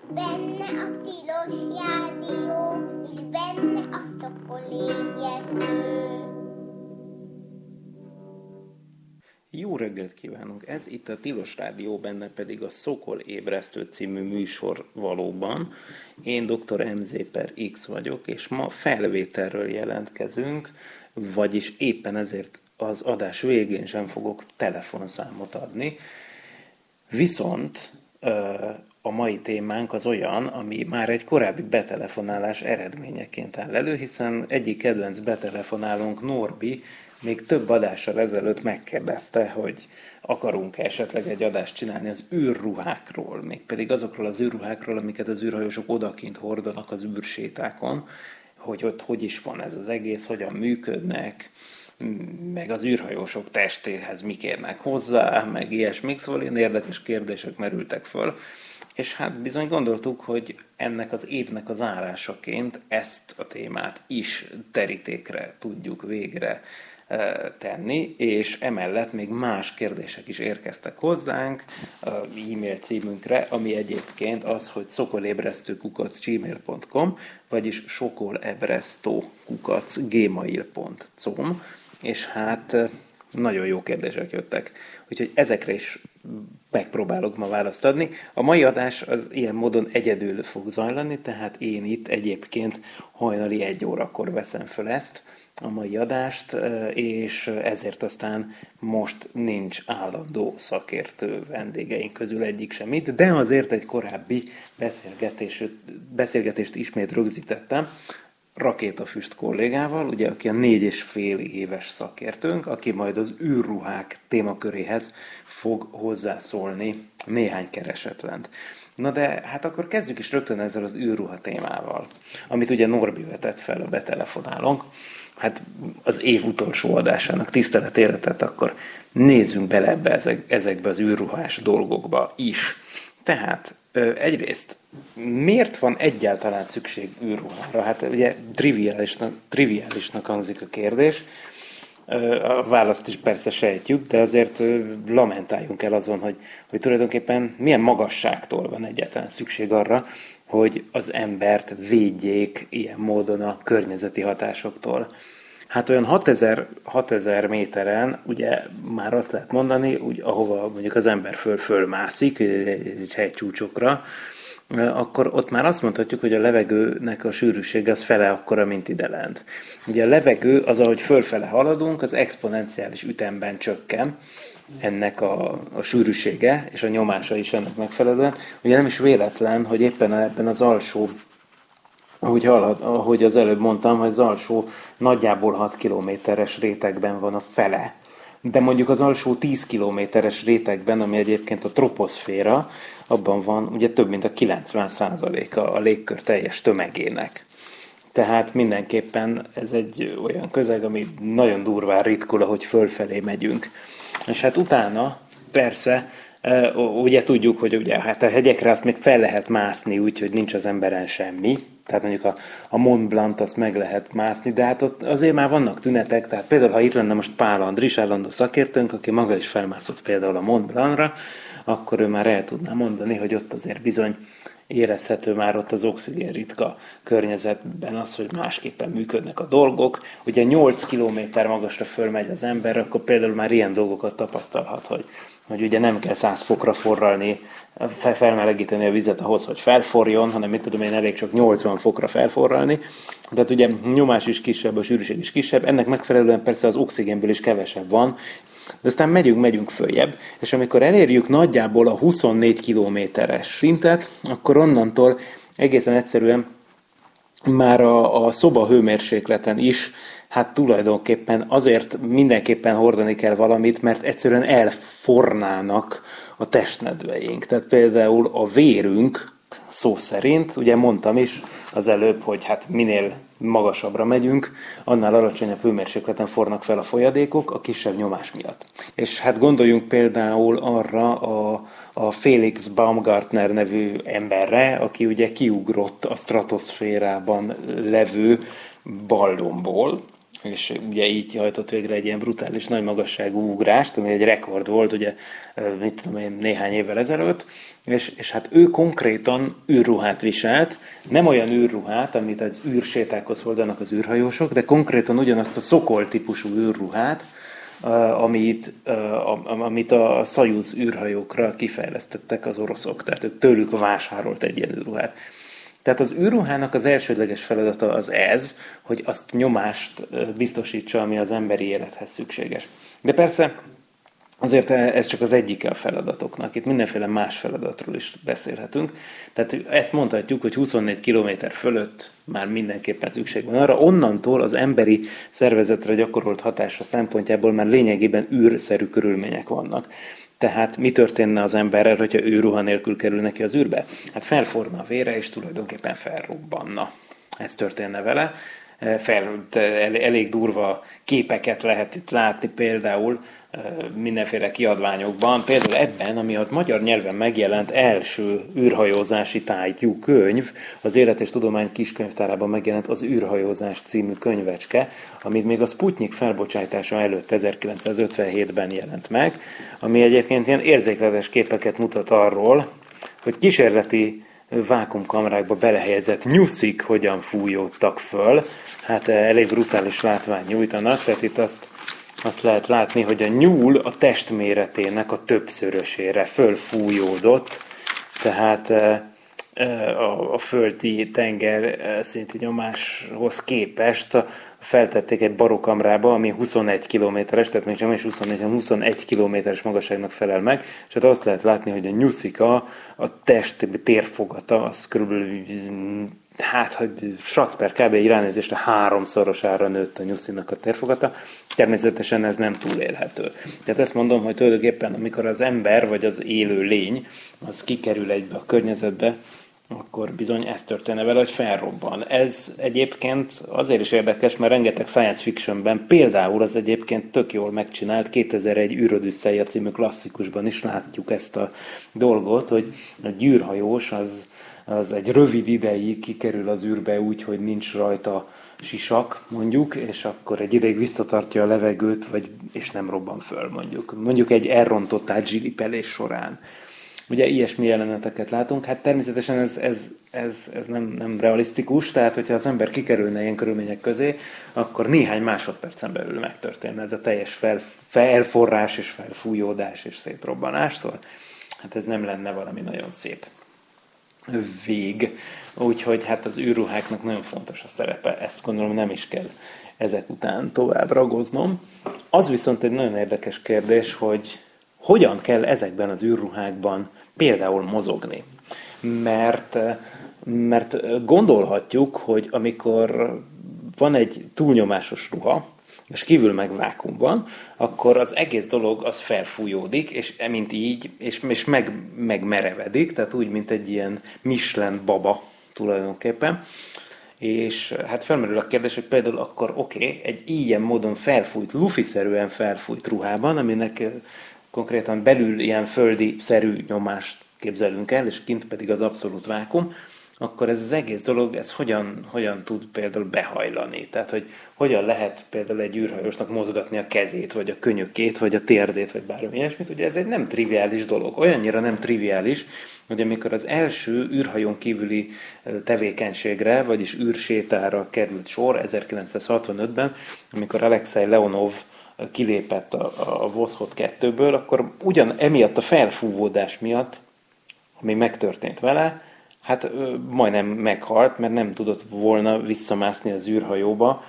Benne a Tilos Rádió, és benne a Szokol Ébresztő. Jó reggelt kívánunk! Ez itt a Tilos Rádió, benne pedig a Szokol Ébresztő című műsor valóban. Én dr. MZ/X vagyok, és ma felvételről jelentkezünk, vagyis éppen ezért az adás végén sem fogok telefonszámot adni. Viszont a mai témánk az olyan, ami már egy korábbi betelefonálás eredményeként áll elő, hiszen egyik kedvenc betelefonálónk, Norbi, még több adással ezelőtt megkérdezte, hogy akarunk esetleg egy adást csinálni az űrruhákról, mégpedig azokról az űrruhákról, amiket az űrhajósok odakint hordanak az űrsétákon, hogy ott hogy is van ez az egész, hogyan működnek, meg az űrhajósok testéhez mik érnek hozzá, meg ilyesmik, szóval ilyen érdekes kérdések merültek föl. És hát bizony gondoltuk, hogy ennek az évnek az zárásaként ezt a témát is terítékre tudjuk végre tenni, és emellett még más kérdések is érkeztek hozzánk e-mail címünkre, ami egyébként az, hogy sokolébresztő@gmail.com, vagyis sokolebresztő@gmail.com, és hát nagyon jó kérdések jöttek, úgyhogy ezekre is megpróbálok ma választ adni. A mai adás az ilyen módon egyedül fog zajlani, tehát én itt egyébként hajnali 1 órakor veszem föl ezt, a mai adást, és ezért aztán most nincs állandó szakértő vendégeink közül egyik sem itt, de azért egy korábbi beszélgetést ismét rögzítettem Rakétafüst kollégával, ugye, aki a 4,5 éves szakértőnk, aki majd az űrruhák témaköréhez fog hozzászólni néhány keresetlent. Na de hát akkor kezdjük is rögtön ezzel az űrruha témával, amit ugye Norbi vetett fel a betelefonálónk. Hát az év utolsó adásának tisztelet életet, akkor nézzünk bele ebbe ezekbe az űrruhás dolgokba is. Tehát egyrészt miért van egyáltalán szükség űrruhára? Hát ugye triviálisnak hangzik a kérdés, a választ is persze sejtjük, de azért lamentáljunk el azon, hogy tulajdonképpen milyen magasságtól van egyáltalán szükség arra, hogy az embert védjék ilyen módon a környezeti hatásoktól. Hát olyan 6000 méteren, ugye már azt lehet mondani, úgy, ahova mondjuk az ember fölmászik egy hegycsúcsokra, akkor ott már azt mondhatjuk, hogy a levegőnek a sűrűsége az fele akkora, mint idelent. Ugye a levegő az, ahogy fölfele haladunk, az exponenciális ütemben csökken, ennek a sűrűsége és a nyomása is ennek megfelelően. Ugye nem is véletlen, hogy éppen ebben az alsó, ahogy az előbb mondtam, hogy az alsó nagyjából 6 kilométeres rétegben van a fele. De mondjuk az alsó 10 kilométeres rétegben, ami egyébként a troposzféra, abban van ugye több mint a 90%-a a légkör teljes tömegének. Tehát mindenképpen ez egy olyan közeg, ami nagyon durván ritkul, ahogy fölfelé megyünk. És hát utána persze, ugye tudjuk, hogy ugye, hát a hegyekre azt még fel lehet mászni, úgyhogy nincs az emberen semmi. Tehát mondjuk a Mont Blanc azt meg lehet mászni, de hát ott azért már vannak tünetek, tehát például ha itt lenne most Pál Andris, állandó szakértőnk, aki maga is felmászott például a Mont Blancra, akkor ő már el tudná mondani, hogy ott azért bizony érezhető már ott az oxigén ritka környezetben az, hogy másképpen működnek a dolgok. Ugye 8 kilométer magasra fölmegy az ember, akkor például már ilyen dolgokat tapasztalhat, hogy ugye nem kell 100 fokra forralni, felmelegíteni a vizet ahhoz, hogy felforjon, hanem mit tudom én, elég csak 80 fokra felforralni. Tehát ugye nyomás is kisebb, a sűrűség is kisebb, ennek megfelelően persze az oxigénből is kevesebb van, de aztán megyünk följebb, és amikor elérjük nagyjából a 24 kilométeres szintet, akkor onnantól egészen egyszerűen már a szoba hőmérsékleten is, hát tulajdonképpen azért mindenképpen hordani kell valamit, mert egyszerűen elfornának a testnedveink. Tehát például a vérünk, szó szerint, ugye mondtam is az előbb, hogy hát minél magasabbra megyünk, annál alacsonyabb hőmérsékleten fornak fel a folyadékok a kisebb nyomás miatt. És hát gondoljunk például arra a Felix Baumgartner nevű emberre, aki ugye kiugrott a stratoszférában levő ballonból, és ugye így hajtott végre egy ilyen brutális nagy magasságú ugrást, ami egy rekord volt, ugye, mit tudom én, néhány évvel ezelőtt, és hát ő konkrétan űrruhát viselt, nem olyan űrruhát, amit az űrsétákhoz hordanak az űrhajósok, de konkrétan ugyanazt a Szokol típusú űrruhát, amit a Szajuz űrhajókra kifejlesztettek az oroszok, tehát tőlük vásárolt egy ilyen űrruhát. Tehát az űrruhának az elsődleges feladata az ez, hogy azt nyomást biztosítsa, ami az emberi élethez szükséges. De persze azért ez csak az egyike a feladatoknak. Itt mindenféle más feladatról is beszélhetünk. Tehát ezt mondhatjuk, hogy 24 kilométer fölött már mindenképpen szükség van arra. Onnantól az emberi szervezetre gyakorolt hatása szempontjából már lényegében űrszerű körülmények vannak. Tehát mi történne az emberrel, hogyha ő ruha nélkül kerül neki az űrbe? Hát felforna a vére, és tulajdonképpen felrobbanna. Ez történne vele. Elég durva képeket lehet itt látni például mindenféle kiadványokban. Például ebben, ami a magyar nyelven megjelent első űrhajózási tárgyú könyv, az Élet és Tudomány Kiskönyvtárában megjelent az űrhajózás című könyvecske, amit még a Sputnik felbocsátása előtt 1957-ben jelent meg, ami egyébként ilyen érzékletes képeket mutat arról, hogy kísérleti vákuumkamrákba belehelyezett nyuszik hogyan fújódtak föl. Hát elég brutális látványt nyújtanak, tehát itt azt lehet látni, hogy a nyúl a testméretének a többszörösére fölfújódott, tehát a földi tenger szinti nyomáshoz képest feltették egy barokamrába, ami 21 kilométeres, tehát még sem is 24, hanem 21 kilométeres magasságnak felel meg, és hát azt lehet látni, hogy a nyuszika, a test térfogata, az körülbelül Schatzper kb. Egy ránézésre 3-szorosára nőtt a nyuszinak a térfogata. Természetesen ez nem túlélhető. Tehát ezt mondom, hogy tulajdonképpen amikor az ember vagy az élő lény az kikerül egybe a környezetbe, akkor bizony ez történne vele, hogy felrobban. Ez egyébként azért is érdekes, mert rengeteg science fictionben, például az egyébként tök jól megcsinált 2001 űrödüsszeia című klasszikusban is látjuk ezt a dolgot, hogy a űrhajós az egy rövid ideig kikerül az űrbe úgy, hogy nincs rajta sisak, mondjuk, és akkor egy ideig visszatartja a levegőt, és nem robban föl, mondjuk. Mondjuk egy elrontott átzsilipelés során. Ugye ilyesmi jeleneteket látunk, hát természetesen ez nem realisztikus, tehát hogyha az ember kikerülne ilyen körülmények közé, akkor néhány másodpercen belül megtörténne ez a teljes felforrás és felfújódás és szétrobbanás, szóval hát ez nem lenne valami nagyon szép vég. Úgyhogy hát az űrruháknak nagyon fontos a szerepe, ezt gondolom nem is kell ezek után tovább ragoznom. Az viszont egy nagyon érdekes kérdés, hogy hogyan kell ezekben az űrruhákban például mozogni. Mert gondolhatjuk, hogy amikor van egy túlnyomásos ruha, és kívül meg vákuum van, akkor az egész dolog az felfújódik, és mint így, és megmerevedik, tehát úgy, mint egy ilyen Michelin baba tulajdonképpen. És hát felmerül a kérdés, hogy például akkor egy ilyen módon felfújt, lufiszerűen felfújt ruhában, aminek konkrétan belül ilyen földi-szerű nyomást képzelünk el, és kint pedig az abszolút vákuum, akkor ez az egész dolog, ez hogyan tud például behajlani? Tehát, hogy hogyan lehet például egy űrhajósnak mozgatni a kezét, vagy a könyökét, vagy a térdét, vagy bármi ilyesmit. Ugye ez egy nem triviális dolog. Olyannyira nem triviális, hogy amikor az első űrhajón kívüli tevékenységre, vagyis űrsétára került sor 1965-ben, amikor Alexei Leonov kilépett a Voszhod 2-ből, akkor emiatt a felfúvódás miatt, ami megtörtént vele, hát majdnem meghalt, mert nem tudott volna visszamászni az űrhajóba,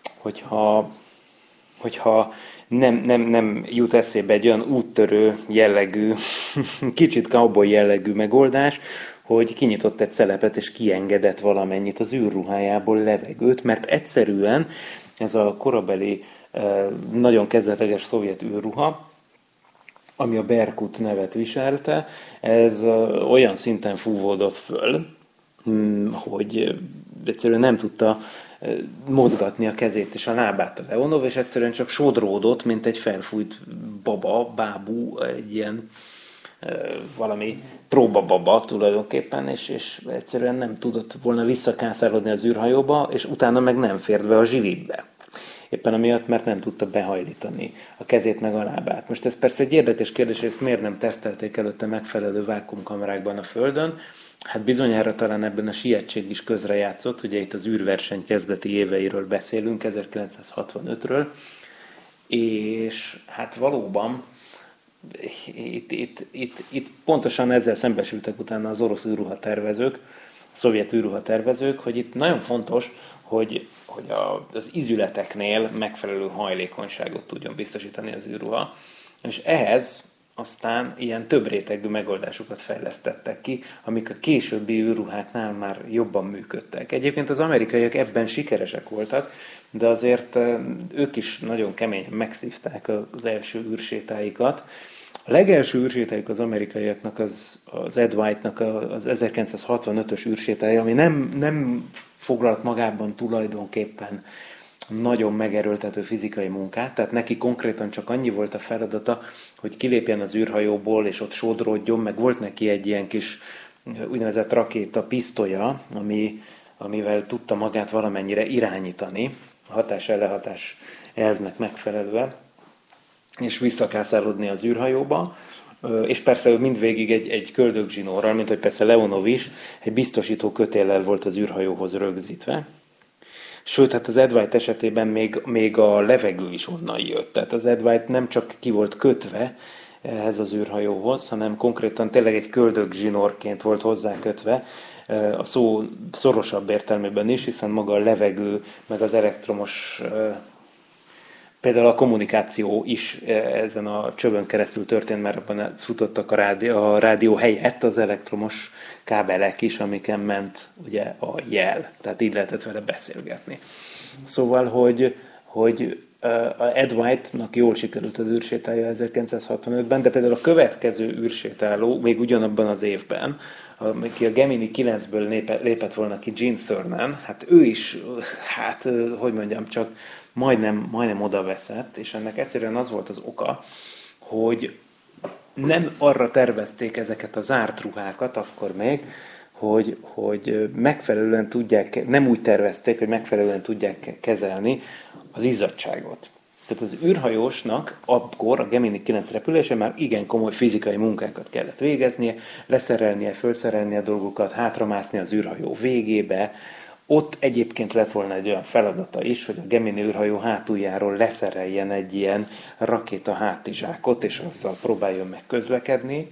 hogyha nem jut eszébe egy olyan úttörő jellegű, kicsit cowboy jellegű megoldás, hogy kinyitott egy szelepet és kiengedett valamennyit az űrruhájából levegőt, mert egyszerűen ez a korabeli nagyon kezdetleges szovjet űrruha, ami a Berkut nevet viselte, ez olyan szinten fúvódott föl, hogy egyszerűen nem tudta mozgatni a kezét és a lábát a Leonov, és egyszerűen csak sodródott, mint egy felfújt bábú, egy ilyen valami próbababa tulajdonképpen, és egyszerűen nem tudott volna visszakászálódni az űrhajóba, és utána meg nem fért be a zsilibbe. éppen amiatt, mert nem tudta behajlítani a kezét meg a lábát. Most ez persze egy érdekes kérdés, hogy ezt miért nem tesztelték előtte megfelelő vákuumkamerákban a Földön. Hát bizonyára talán ebben a sietség is közrejátszott, ugye itt az űrverseny kezdeti éveiről beszélünk, 1965-ről, és hát valóban itt pontosan ezzel szembesültek utána az orosz űrruha tervezők, a szovjet űrruha tervezők, hogy itt nagyon fontos, hogy az ízületeknél megfelelő hajlékonyságot tudjon biztosítani az űrruha, és ehhez aztán ilyen több rétegű megoldásokat fejlesztettek ki, amik a későbbi űrruháknál már jobban működtek. Egyébként az amerikaiak ebben sikeresek voltak, de azért ők is nagyon keményen megszívták az első űrsétáikat. A legelső űrsétájuk az amerikaiaknak az Ed White-nak az 1965-ös űrsétája, ami nem foglalt magában tulajdonképpen nagyon megerőltető fizikai munkát, tehát neki konkrétan csak annyi volt a feladata, hogy kilépjen az űrhajóból, és ott sodródjon, meg volt neki egy ilyen kis úgynevezett rakéta pisztolya, amivel tudta magát valamennyire irányítani, a hatás-ellenhatás elvnek megfelelően, és visszakászálódni az űrhajóba, és persze ő mindvégig egy köldögzsinórral, mint hogy persze Leonov is, egy biztosító kötéllel volt az űrhajóhoz rögzítve. Sőt, hát az Ed White esetében még a levegő is onnan jött. Tehát az Ed White nem csak ki volt kötve ehhez az űrhajóhoz, hanem konkrétan tényleg egy köldögzsinórként volt hozzákötve, a szó szorosabb értelmében is, hiszen maga a levegő, meg az elektromos, például a kommunikáció is ezen a csövön keresztül történt, mert abban futottak a rádió helyett az elektromos kábelek is, amiken ment ugye a jel, tehát így lehetett vele beszélgetni. Szóval, hogy Ed White-nak jól sikerült az űrsétája 1965-ben, de például a következő űrsétáló, még ugyanabban az évben, aki a Gemini 9-ből lépett volna ki, Gene Cernan, hát ő is, hogy mondjam, csak majdnem oda veszett, és ennek egyszerűen az volt az oka, hogy nem arra tervezték ezeket a zárt ruhákat akkor még, hogy megfelelően tudják, nem úgy tervezték, hogy megfelelően tudják kezelni az izzadságot. Tehát az űrhajósnak akkor a Gemini 9 repülése már igen komoly fizikai munkákat kellett végeznie, leszerelnie, fölszerelnie a dolgokat, hátramászni az űrhajó végébe. Ott egyébként lett volna egy olyan feladata is, hogy a Gemini űrhajó hátuljáról leszereljen egy ilyen rakéta hátizsákot, és azzal próbáljon meg közlekedni.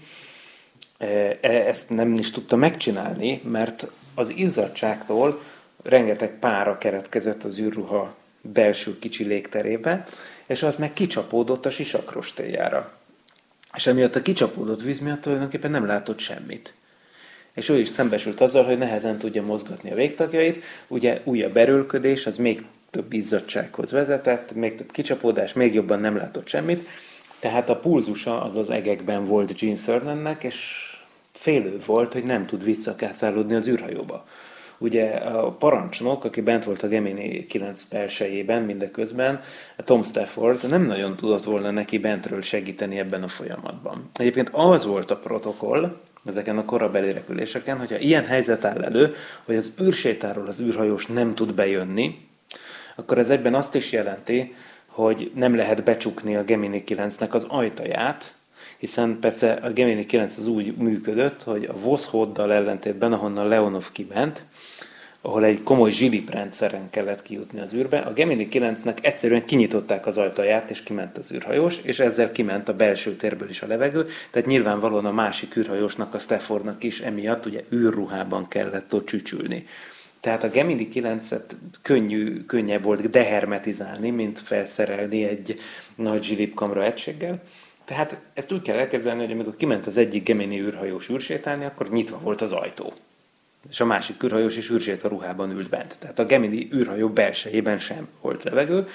Ezt nem is tudta megcsinálni, mert az izzadságtól rengeteg pára keretkezett az űrruha belső kicsi légterébe, és az meg kicsapódott a sisakrostélyára. És emiatt a kicsapódott víz miatt tulajdonképpen nem látott semmit. És ő is szembesült azzal, hogy nehezen tudja mozgatni a végtagjait, ugye újabb erőlködés, az még több izzadsághoz vezetett, még több kicsapódás, még jobban nem látott semmit, tehát a pulzusa az egekben volt Gene Cernannek, és félő volt, hogy nem tud visszakászálódni az űrhajóba. Ugye a parancsnok, aki bent volt a Gemini 9 belsejében mindeközben, Tom Stafford nem nagyon tudott volna neki bentről segíteni ebben a folyamatban. Egyébként az volt a protokoll ezeken a korabeli repüléseken, hogyha ilyen helyzet áll elő, hogy az űrsétáról az űrhajós nem tud bejönni, akkor ez egyben azt is jelenti, hogy nem lehet becsukni a Gemini 9-nek az ajtaját, hiszen persze a Gemini 9 az úgy működött, hogy a Voskhod-dal ellentétben, ahonnan Leonov kiment, ahol egy komoly zsiliprendszeren kellett kijutni az űrbe, a Gemini 9-nek egyszerűen kinyitották az ajtaját, és kiment az űrhajós, és ezzel kiment a belső térből is a levegő, tehát nyilvánvalóan a másik űrhajósnak, a Staffordnak is emiatt ugye űrruhában kellett ott csücsülni. Tehát a Gemini 9-et könnyebb volt dehermetizálni, mint felszerelni egy nagy zsilipkamra egységgel. Tehát ezt úgy kell elképzelni, hogy amikor kiment az egyik Gemini űrhajós űrsétálni, akkor nyitva volt az ajtó. És a másik űrhajós is űrséta ruhában ült bent. Tehát a Gemini űrhajó belsejében sem volt levegő,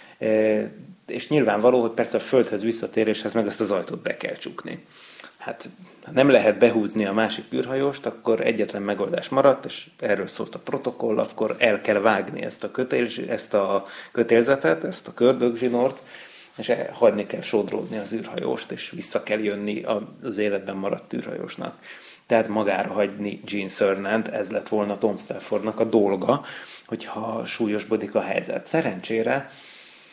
és nyilvánvaló, hogy persze a Földhez visszatéréshez meg azt az ajtót be kell csukni. Hát ha nem lehet behúzni a másik űrhajóst, akkor egyetlen megoldás maradt, és erről szólt a protokoll, akkor el kell vágni ezt a kötélzetet, ezt a kördögzsinort, és hagyni kell sodródni az űrhajóst, és vissza kell jönni az életben maradt űrhajósnak. Tehát magára hagyni Gene Cernant, ez lett volna Tom Staffordnak a dolga, hogyha súlyosbodik a helyzet. Szerencsére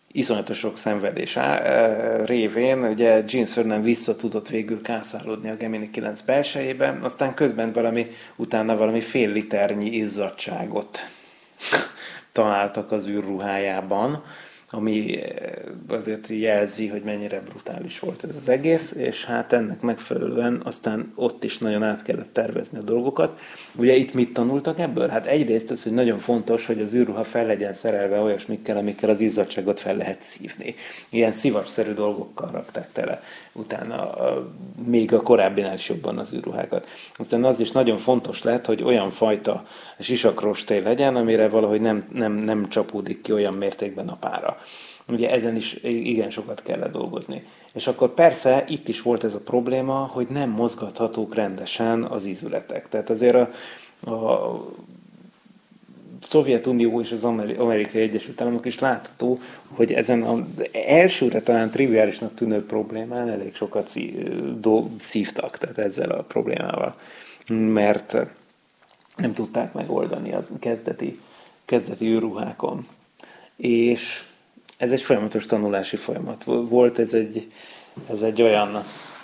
iszonyatos sok szenvedés révén, ugye Gene Cernan vissza tudott végül kászálódni a Gemini 9 belsejében, aztán közben utána valami fél liternyi izzadságot találtak az űrruhájában, ami azért jelzi, hogy mennyire brutális volt ez az egész, és hát ennek megfelelően aztán ott is nagyon át kellett tervezni a dolgokat. Ugye itt mit tanultak ebből? Hát egyrészt ez, hogy nagyon fontos, hogy az űrruha fel legyen szerelve olyasmikkel, amikkel az izzadságot fel lehet szívni. Ilyen szivasszerű dolgokkal rakták tele utána még a korábbinál is jobban az űrruhákat. Aztán az is nagyon fontos lett, hogy olyan fajta sisakrostély legyen, amire valahogy nem csapódik ki olyan mértékben a pára. Ugye ezen is igen sokat kellett dolgozni. És akkor persze itt is volt ez a probléma, hogy nem mozgathatók rendesen az ízületek. Tehát azért a Szovjetunió és az Amerikai Egyesült Államok is látható, hogy ezen az elsőre talán triviálisnak tűnő problémán elég sokat szívtak, tehát ezzel a problémával, mert nem tudták megoldani az kezdeti űrruhákon. És ez egy folyamatos tanulási folyamat volt, ez egy olyan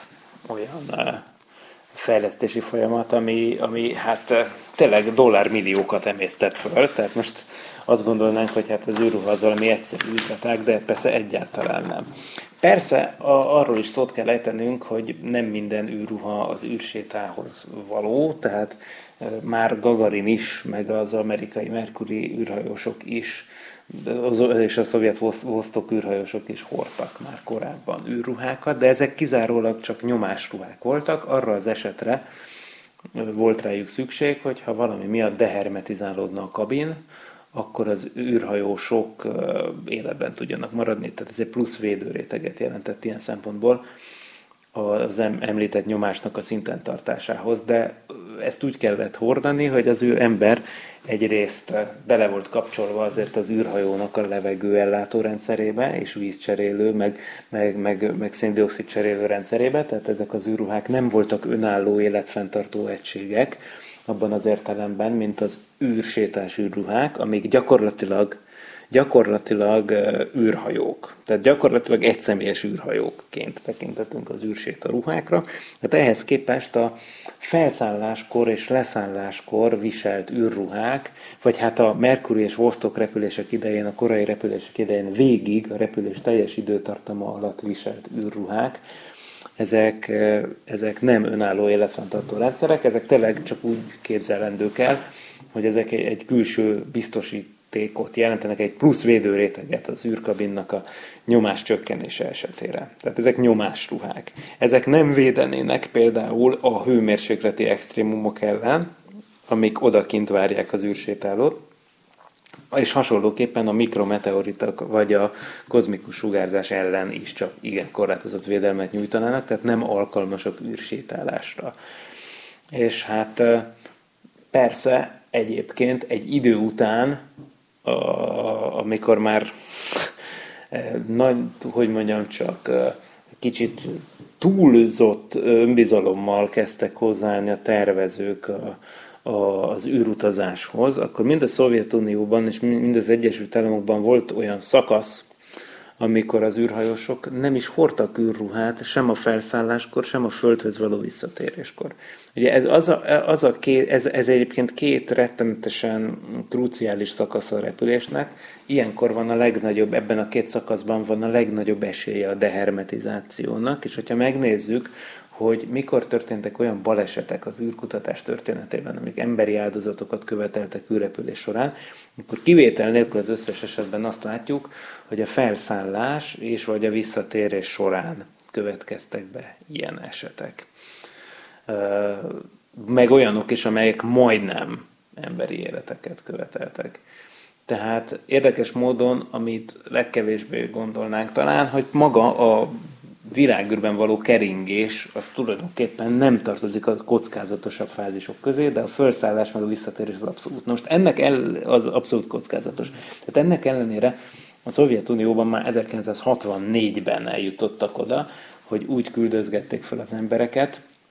fejlesztési folyamat, ami hát tényleg dollármilliókat emésztett föl, tehát most azt gondolnánk, hogy hát az űrruha az valami egyszerű üzletág, de persze egyáltalán nem. Persze arról is szót kell ejtenünk, hogy nem minden űrruha az űrsétához való, tehát már Gagarin is, meg az amerikai Mercury űrhajósok is, és a szovjet Vostok űrhajósok is hordtak már korábban űrruhákat, de ezek kizárólag csak nyomásruhák voltak, arra az esetre volt rájuk szükség, hogy ha valami miatt dehermetizálódna a kabin, akkor az űrhajósok életben tudjanak maradni, tehát ez egy plusz védőréteget jelentett ilyen szempontból az említett nyomásnak a szinten tartásához, de ezt úgy kellett hordani, hogy az ember egyrészt bele volt kapcsolva azért az űrhajónak a levegőellátó rendszerébe, és vízcserélő, meg széndioxid cserélő rendszerébe, tehát ezek az űrruhák nem voltak önálló életfenntartó egységek, abban az értelemben, mint az űrsétás űrruhák, amik gyakorlatilag űrhajók. Tehát gyakorlatilag egyszemélyes űrhajókként tekintetünk az űrséta ruhákra. Tehát ehhez képest a felszálláskor és leszálláskor viselt űrruhák, vagy hát a Mercury és Vostok repülések idején, a korai repülések idején végig a repülés teljes időtartama alatt viselt űrruhák, ezek nem önálló életfenntartó rendszerek, ezek tényleg csak úgy képzelendők el, hogy ezek egy külső biztosítékot jelentenek, egy plusz védőréteget az űrkabinnak a nyomás csökkenése esetére. Tehát ezek nyomásruhák. Ezek nem védenének például a hőmérsékleti extrémumok ellen, amik odakint várják az űrsétálót, és hasonlóképpen a mikrometeoritok vagy a kozmikus sugárzás ellen is csak igen korlátozott védelmet nyújtanának, tehát nem alkalmasak űrsétálásra. És hát persze egyébként egy idő után, amikor már kicsit túlzott önbizalommal kezdtek hozzáállni a tervezők az űrutazáshoz, akkor mind a Szovjetunióban és mind az Egyesült Államokban volt olyan szakasz, amikor az űrhajósok nem is hordtak űrruhát sem a felszálláskor, sem a földhöz való visszatéréskor. Ugye ez egyébként két rettenetesen kruciális szakasz a repülésnek. Ilyenkor van a legnagyobb, ebben a két szakaszban van a legnagyobb esélye a dehermetizációnak, és hogyha megnézzük, hogy mikor történtek olyan balesetek az űrkutatás történetében, amik emberi áldozatokat követeltek űrrepülés során, akkor kivétel nélkül az összes esetben azt látjuk, hogy a felszállás és vagy a visszatérés során következtek be ilyen esetek. Meg olyanok is, amelyek majdnem emberi életeket követeltek. Tehát érdekes módon, amit legkevésbé gondolnánk talán, hogy maga a világűrben való keringés, az tulajdonképpen nem tartozik a kockázatosabb fázisok közé, de a felszállás meg a visszatérés az abszolút. Most az abszolút kockázatos. Tehát ennek ellenére a Szovjetunióban már 1964-ben eljutottak oda, hogy úgy küldözgették fel az embereket,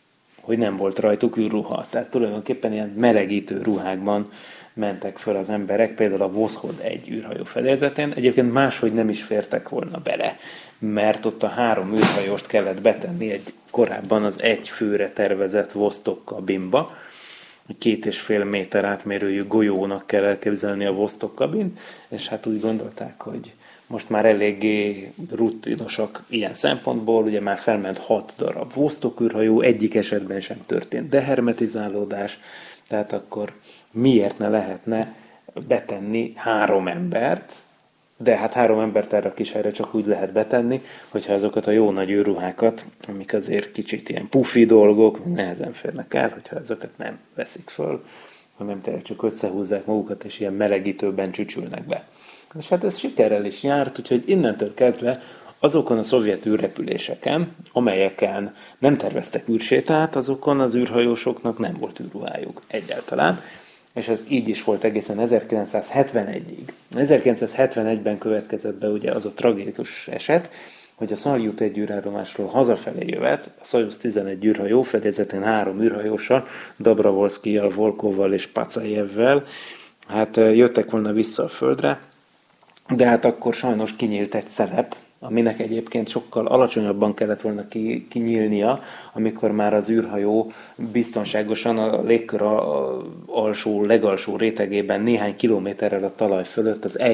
hogy nem volt rajtuk űrruha. Tehát tulajdonképpen ilyen melegítő ruhákban mentek föl az emberek, például a Voskhod 1 űrhajó fedélzetén. Egyébként máshogy nem is fértek volna bele, mert ott a 3 űrhajóst kellett betenni korábban az 1 főre tervezett Vostok kabinba. 2,5 méter átmérőjű golyónak kell elképzelni a Vostok kabint, és hát úgy gondolták, hogy most már eléggé rutinosak ilyen szempontból, ugye már felment 6 darab Vostok űrhajó, egyik esetben sem történt dehermetizálódás, tehát akkor miért ne lehetne betenni 3 embert, de hát 3 embert erre a kis helyre csak úgy lehet betenni, hogyha azokat a jó nagy űrruhákat, amik azért kicsit ilyen pufi dolgok, nehezen férnek el, hogyha azokat nem veszik föl, hanem tényleg csak összehúzzák magukat, és ilyen melegítőben csücsülnek be. És hát ez sikerrel is járt, úgyhogy innentől kezdve azokon a szovjet űrrepüléseken, amelyeken nem terveztek űrsétát, azokon az űrhajósoknak nem volt űrruhájuk egyáltalán, és ez így is volt egészen 1971-ig. 1971-ben következett be ugye az a tragikus eset, hogy a Szaljut 1 űrállomásról hazafelé jövet, a Szajuz 11 űrhajó fedélzetén 3 űrhajóssal, Dabravolszkijjal, Volkovval és Pacajevvel, hát jöttek volna vissza a Földre, de hát akkor sajnos kinyílt egy szelep, aminek egyébként sokkal alacsonyabban kellett volna kinyílnia, amikor már az űrhajó biztonságosan a légkör legalsó rétegében néhány kilométerrel a talaj fölött az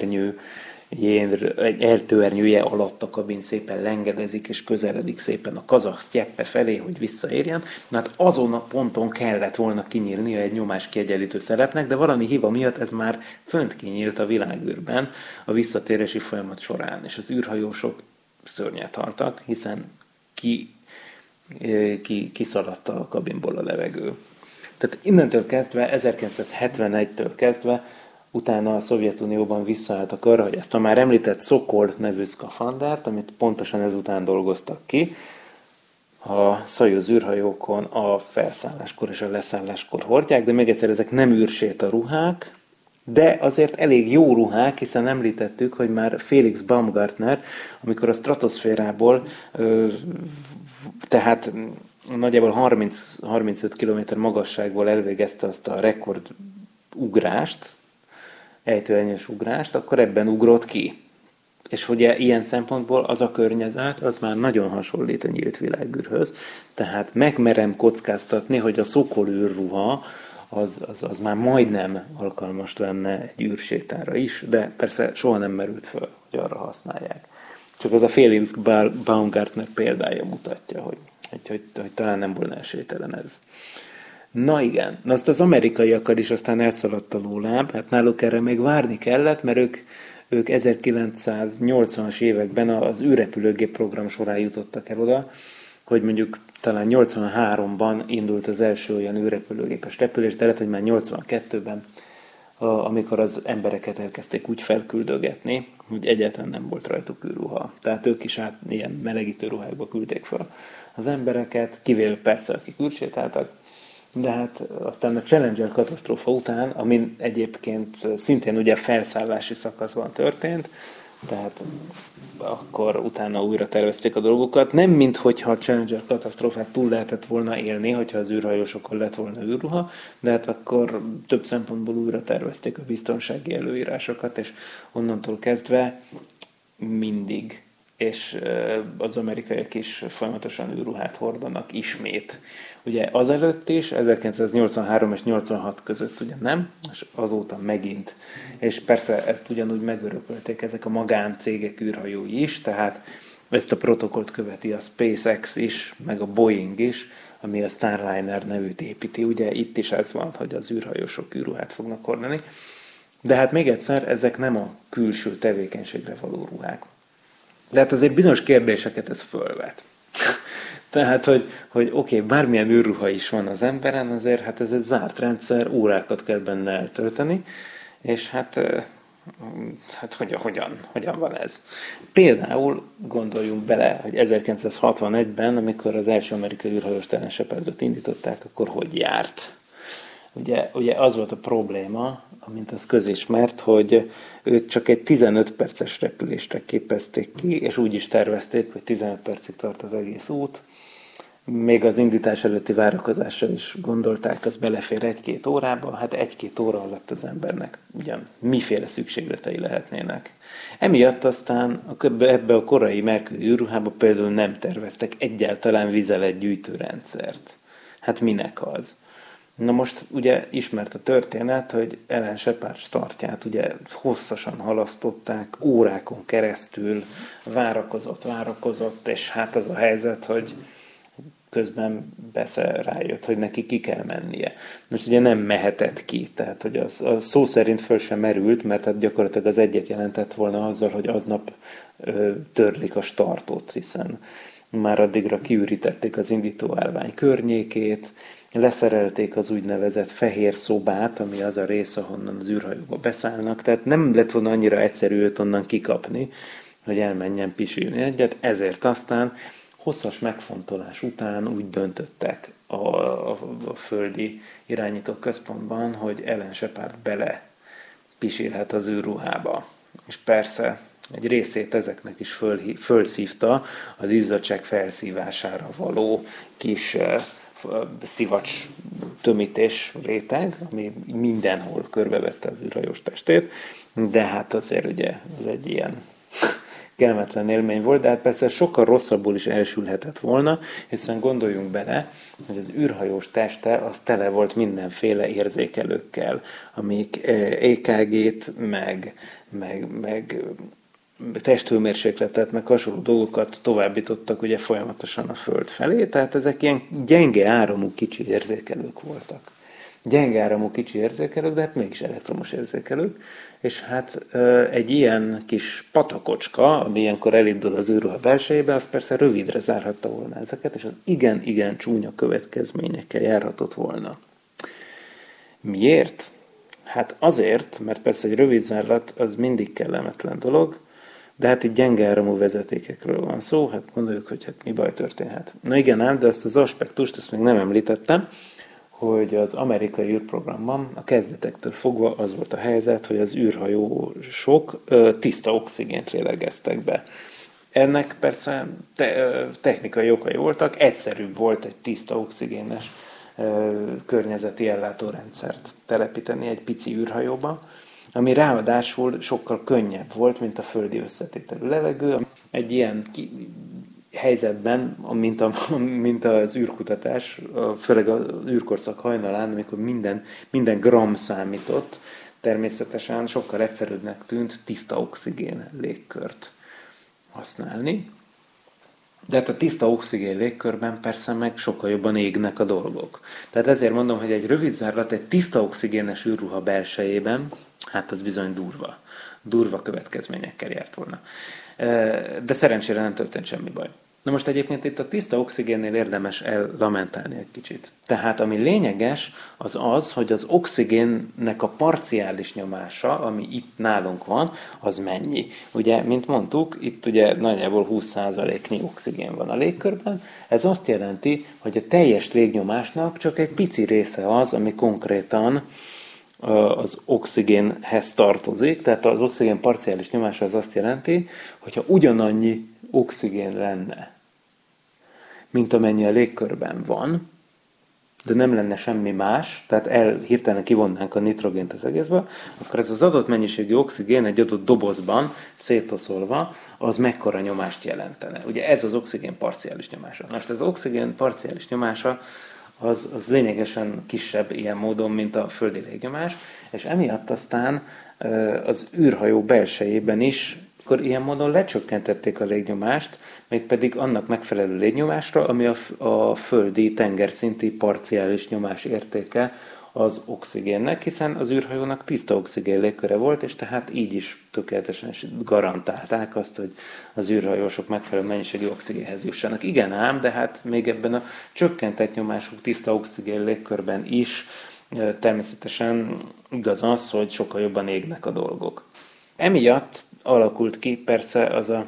ejtőernyője alatt a kabin szépen lengedezik és közeledik szépen a kazakh sztyeppe felé, hogy visszaérjen. Hát azon a ponton kellett volna kinyílnia egy nyomáskiegyenlítő szelepnek, de valami hiba miatt ez már fönt kinyílt a világűrben a visszatérési folyamat során, és az űrhajósok szörnyet haltak, hiszen kiszaladt a kabinból a levegő. Tehát innentől kezdve, 1971-től kezdve utána a Szovjetunióban visszaálltak arra, hogy ezt a már említett Szokol nevű szkafandert, amit pontosan ezután dolgoztak ki, a Szajuz űrhajókon a felszálláskor és a leszálláskor hordják, de még egyszer ezek nem űrséta ruhák, de azért elég jó ruhák, hiszen említettük, hogy már Felix Baumgartner, amikor a stratoszférából, tehát nagyjából 35 km magasságból elvégezte azt a rekordugrást, ejtőernyős ugrást, akkor ebben ugrott ki. És ugye ilyen szempontból az a környezet, az már nagyon hasonlít a nyílt világűrhöz, tehát megmerem kockáztatni, hogy a Szokol űrruha az már majdnem alkalmas lenne egy űrsétára is, de persze soha nem merült föl, hogy arra használják. Csak az a Felix Baumgartner példája mutatja, hogy talán nem volna esélytelen ez. Na igen, azt az amerikaiakkal is aztán elszaladt a lóláb, hát náluk erre még várni kellett, mert ők 1980-as években az űrrepülőgép program során jutottak el oda, hogy mondjuk talán 83-ban indult az első olyan űrrepülőgépes repülés, de lehet, hogy már 82-ben, amikor az embereket elkezdték úgy felküldögetni, hogy egyáltalán nem volt rajtuk űrruha. Tehát ők is ilyen melegítő ruhákba küldték fel az embereket, kivéve persze, akik űrsétáltak. De hát aztán a Challenger katasztrófa után, amin egyébként szintén ugye felszállási szakaszban történt, tehát akkor utána újra tervezték a dolgokat. Nem minthogyha a Challenger katasztrófát túl lehetett volna élni, hogyha az űrhajósokon lett volna űrruha, de hát akkor több szempontból újra tervezték a biztonsági előírásokat, és onnantól kezdve mindig, és az amerikaiak is folyamatosan űrruhát hordanak ismét. Ugye azelőtt is, 1983 és 86 között ugye nem, és azóta megint. És persze ezt ugyanúgy megörökölték ezek a magáncégek űrhajói is, tehát ezt a protokollt követi a SpaceX is, meg a Boeing is, ami a Starliner nevűt építi. Ugye itt is ez van, hogy az űrhajósok űrruhát fognak hordani. De hát még egyszer, ezek nem a külső tevékenységre való ruhák. De hát azért bizonyos kérdéseket ez fölvet. Tehát, hogy oké, bármilyen űrruha is van az emberen, azért hát ez egy zárt rendszer, órákat kell benne eltölteni, és hát hogyan van ez? Például gondoljunk bele, hogy 1961-ben, amikor az első amerikai űrhajós Ellen Shepardot indították, akkor hogy járt? Ugye az volt a probléma, amint az közismert, hogy őt csak egy 15 perces repülésre képezték ki, és úgy is tervezték, hogy 15 percig tart az egész út. Még az indítás előtti várakozásra is gondolták, az belefér 1-2 órába, hát 1-2 óra alatt az embernek ugyan miféle szükségletei lehetnének. Emiatt aztán ebbe a korai Mercury űrruhába például nem terveztek egyáltalán vizelet gyűjtőrendszert. Hát minek az? Na most ugye ismert a történet, hogy Alan Shepard startját ugye hosszasan halasztották, órákon keresztül várakozott, és hát az a helyzet, hogy közben persze rájött, hogy neki ki kell mennie. Most ugye nem mehetett ki, tehát hogy az szó szerint föl sem merült, mert hát gyakorlatilag az egyet jelentett volna azzal, hogy aznap törlik a startot, hiszen már addigra kiürítették az indítóállvány környékét, leszerelték az úgynevezett fehér szobát, ami az a rész, ahonnan az űrhajóba beszállnak, tehát nem lett volna annyira egyszerű őt onnan kikapni, hogy elmenjen pisilni egyet, ezért aztán hosszas megfontolás után úgy döntöttek a földi irányító központban, hogy Alan Shepard bele pisilhet az űrruhába. És persze egy részét ezeknek is fölszívta az izzadság felszívására való kis szivacs tömítés réteg, ami mindenhol körbevette az űrhajós testét, de hát azért ugye ez egy ilyen kellemetlen élmény volt, de hát persze sokkal rosszabbul is elsülhetett volna, hiszen gondoljunk bele, hogy az űrhajós teste az tele volt mindenféle érzékelőkkel, amik EKG-t, meg testhőmérsékletet, meg hasonló dolgokat továbbítottak ugye folyamatosan a Föld felé, tehát ezek ilyen gyenge áramú kicsi érzékelők voltak. Gyenge áramú kicsi érzékelők, de hát mégis elektromos érzékelők, és hát egy ilyen kis patakocska, ami ilyenkor elindul az űrruha belsejébe, az persze rövidre zárhatta volna ezeket, és az igen csúnya következményekkel járhatott volna. Miért? Hát azért, mert persze egy rövid zárlat az mindig kellemetlen dolog, de hát itt gyenge áramú vezetékekről van szó, hát gondoljuk, hogy hát mi baj történhet. Na igen ám, de ezt az aspektust, ezt még nem említettem, hogy az amerikai űrprogramban a kezdetektől fogva az volt a helyzet, hogy az űrhajósok tiszta oxigént lélegeztek be. Ennek persze technikai okai voltak, egyszerűbb volt egy tiszta oxigénes környezeti ellátórendszert telepíteni egy pici űrhajóba, ami ráadásul sokkal könnyebb volt, mint a földi összetételű levegő. Egy ilyen helyzetben, mint az űrkutatás, főleg az űrkorszak hajnalán, amikor minden gram számított, természetesen sokkal egyszerűbbnek tűnt tiszta oxigén légkört használni. De hát a tiszta oxigén légkörben persze meg sokkal jobban égnek a dolgok. Tehát ezért mondom, hogy egy rövid zárlat egy tiszta oxigénes űrruha belsejében, hát az bizony durva következményekkel járt volna. De szerencsére nem történt semmi baj. Na most egyébként itt a tiszta oxigénnél érdemes ellamentálni egy kicsit. Tehát ami lényeges, az az, hogy az oxigénnek a parciális nyomása, ami itt nálunk van, az mennyi. Ugye, mint mondtuk, itt ugye nagyjából 20%-nyi oxigén van a légkörben. Ez azt jelenti, hogy a teljes légnyomásnak csak egy pici része az, ami konkrétan az oxigénhez tartozik, tehát az oxigén parciális nyomása az azt jelenti, hogyha ugyanannyi oxigén lenne, mint amennyi a légkörben van, de nem lenne semmi más, tehát hirtelen kivonnánk a nitrogént az egészbe, akkor ez az adott mennyiségű oxigén egy adott dobozban szétoszolva, az mekkora nyomást jelentene. Ugye ez az oxigén parciális nyomása. Most az oxigén parciális nyomása az lényegesen kisebb ilyen módon, mint a földi légnyomás, és emiatt aztán az űrhajó belsejében is akkor ilyen módon lecsökkentették a légnyomást, mégpedig annak megfelelő légnyomásra, ami a földi tengerszinti parciális nyomás értéke az oxigénnek, hiszen az űrhajónak tiszta oxigén légköre volt, és tehát így is tökéletesen garantálták azt, hogy az űrhajósok megfelelő mennyiségű oxigénhez jussanak. Igen ám, de hát még ebben a csökkentett nyomású tiszta oxigén légkörben is természetesen igaz az, hogy sokkal jobban égnek a dolgok. Emiatt alakult ki persze az a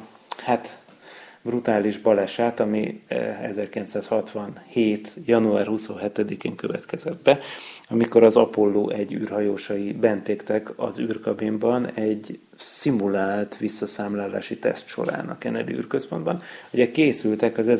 brutális baleset, ami 1967. január 27-én következett be, amikor az Apollo 1 űrhajósai bent égtek az űrkabinban egy szimulált visszaszámlálási teszt során a Kennedy űrközpontban. Ugye készültek az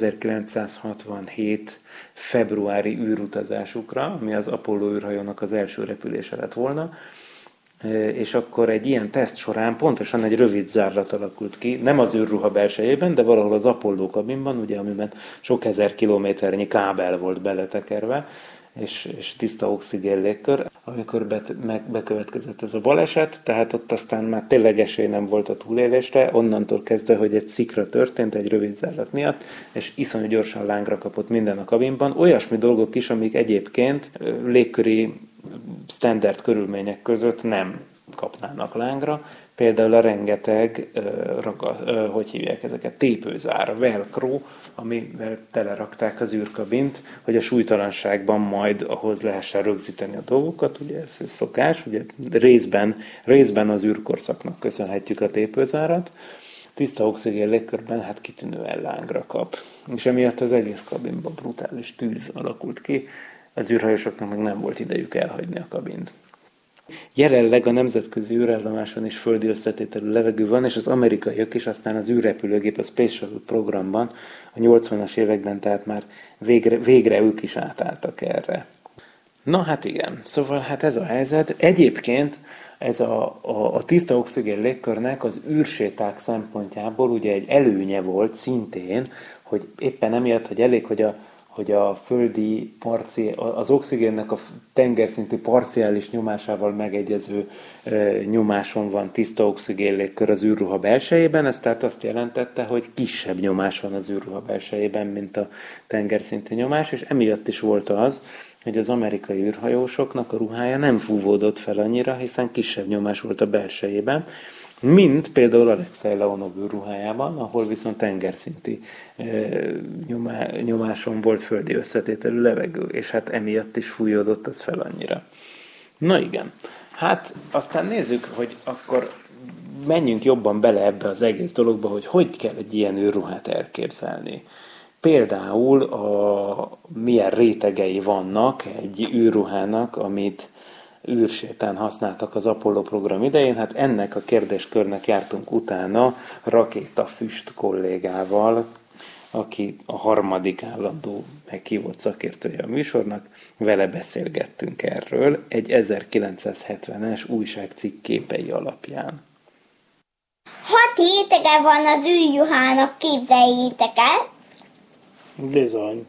1967 februári űrutazásukra, ami az Apollo űrhajónak az első repülése lett volna, és akkor egy ilyen teszt során pontosan egy rövid zárlat alakult ki, nem az űrruha belsejében, de valahol az Apollo kabinban, ugye, amiben sok ezer kilométernyi kábel volt beletekerve, és tiszta oxigén légkör, amikor bekövetkezett ez a baleset, tehát ott aztán már tényleg esély nem volt a túlélésre, onnantól kezdve, hogy egy szikra történt egy rövid zárlat miatt, és iszonyú gyorsan lángra kapott minden a kabinban, olyasmi dolgok is, amik egyébként légköri standard körülmények között nem kapnának lángra, például a rengeteg, hogy hívják ezeket, tépőzár, velcro, amivel telerakták az űrkabint, hogy a súlytalanságban majd ahhoz lehessen rögzíteni a dolgokat, ugye ez szokás, ugye részben az űrkorszaknak köszönhetjük a tépőzárat, tiszta oxigén légkörben hát kitűnően lángra kap. És emiatt az egész kabinban brutális tűz alakult ki, az űrhajósoknak meg nem volt idejük elhagyni a kabint. Jelenleg a nemzetközi űrállomáson is földi összetételű levegő van, és az amerikaiak is aztán az űrrepülőgép, a Space Shuttle programban a 80-as években, tehát már végre ők is átálltak erre. Na hát igen, szóval hát ez a helyzet. Egyébként ez a tiszta oxigén légkörnek az űrséták szempontjából ugye egy előnye volt szintén, hogy éppen emiatt, hogy elég, hogy a földi az oxigénnek a tengerszinti parciális nyomásával megegyező nyomáson van tiszta oxigén légkör az űrruha belsejében, ez tehát azt jelentette, hogy kisebb nyomás van az űrruha belsejében, mint a tengerszinti nyomás, és emiatt is volt az, hogy az amerikai űrhajósoknak a ruhája nem fúvódott fel annyira, hiszen kisebb nyomás volt a belsejében, mint például Alexei Leonov űrruhájában, ahol viszont tengerszinti nyomáson volt földi összetételű levegő, és hát emiatt is fújódott az fel annyira. Na igen, hát aztán nézzük, hogy akkor menjünk jobban bele ebbe az egész dologba, hogy kell egy ilyen űrruhát elképzelni. Például milyen rétegei vannak egy űrruhának, amit űrsétán használtak az Apollo program idején, hát ennek a kérdéskörnek jártunk utána rakétafüst kollégával, aki a harmadik állandó meghívott szakértője a műsornak, vele beszélgettünk erről egy 1970-es újságcikk képei alapján. 6 rétege van az űrruhának, képzeljétek el! Bizony.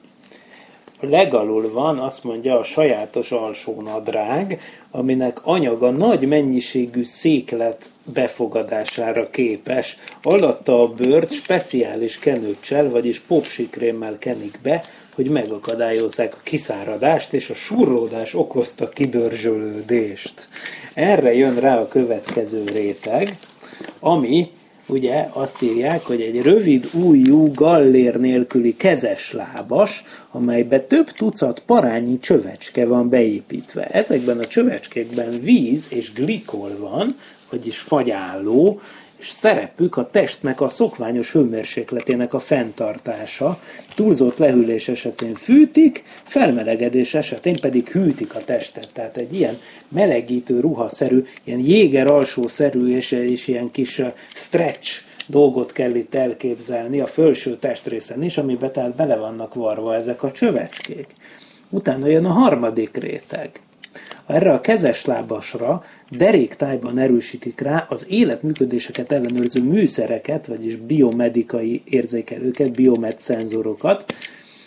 Legalul van, azt mondja, a sajátos alsónadrág, aminek anyaga nagy mennyiségű széklet befogadására képes. Alatta a bőrt speciális kenőccsel, vagyis popsikrémmel kenik be, hogy megakadályozzák a kiszáradást és a surlódás okozta kidörzsölődést. Erre jön rá a következő réteg, ami ugye azt írják, hogy egy rövid ujjú gallér nélküli kezeslábas, amelybe több tucat parányi csövecske van beépítve. Ezekben a csövecskékben víz és glikol van, vagyis fagyálló, és szerepük a testnek a szokványos hőmérsékletének a fenntartása, túlzott lehűlés esetén fűtik, felmelegedés esetén pedig hűtik a testet. Tehát egy ilyen melegítő ruhaszerű, ilyen jéger alsószerű és ilyen kis stretch dolgot kell itt elképzelni a felső testrészen is, amiben tehát bele vannak varva ezek a csövecskék. Utána jön a harmadik réteg. Erre a kezeslábasra deréktájban erősítik rá az életműködéseket ellenőrző műszereket, vagyis biomedikai érzékelőket, biomed szenzorokat,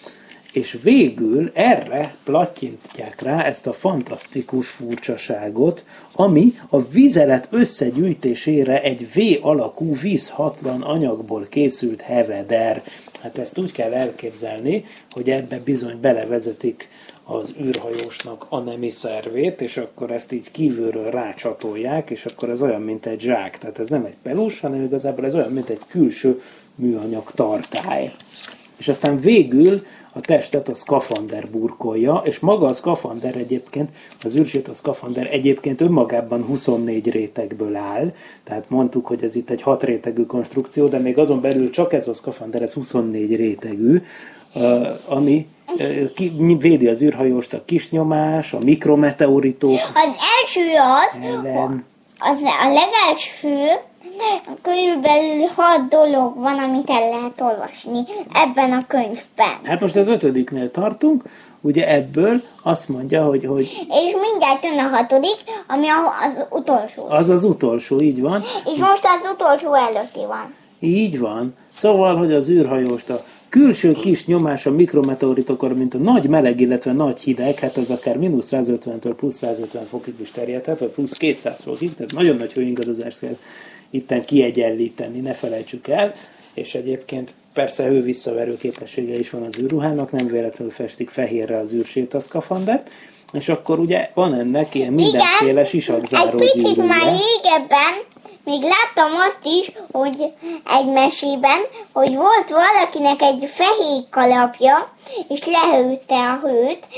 és végül erre plattyintják rá ezt a fantasztikus furcsaságot, ami a vizelet összegyűjtésére egy V-alakú vízhatlan anyagból készült heveder. Hát ezt úgy kell elképzelni, hogy ebbe bizony belevezetik az űrhajósnak a nemi szervét, és akkor ezt így kívülről rácsatolják, és akkor ez olyan, mint egy zsák. Tehát ez nem egy pelús, hanem igazából ez olyan, mint egy külső műanyag tartály. És aztán végül a testet a szkafander burkolja, és maga a szkafander egyébként, az űrsét a szkafander egyébként önmagában 24 rétegből áll, tehát mondtuk, hogy ez itt egy 6 rétegű konstrukció, de még azon belül csak ez a szkafander, ez 24 rétegű. ami védi az űrhajóst a kisnyomás, a mikrometeoritok Az első ellen. az a legelső, körülbelül 6 dolog van, amit el lehet olvasni ebben a könyvben. Hát most az 5-nél tartunk, ugye ebből azt mondja, hogy És mindjárt jön a 6., ami az utolsó. az az utolsó, így van. És most az utolsó előtti van. Így van. Szóval, hogy az űrhajóst a külső kis nyomás a mikrometeoritokon, mint a nagy meleg, illetve nagy hideg, hát az akár mínusz 150-től plusz 150 fokig is terjedhet, vagy plusz 200 fokig, tehát nagyon nagy hőingadozást kell itten kiegyenlíteni, ne felejtsük el, és egyébként persze hővisszaverő képessége is van az űrruhának, nem véletlenül festik fehérre az űrsétaszkafandert, és akkor ugye van ennek ilyen mindenféle sisakzáró egy picit gyűrűje. már régebben még láttam azt is, hogy egy mesében, hogy volt valakinek egy fehér kalapja, és lehűlte a hőt,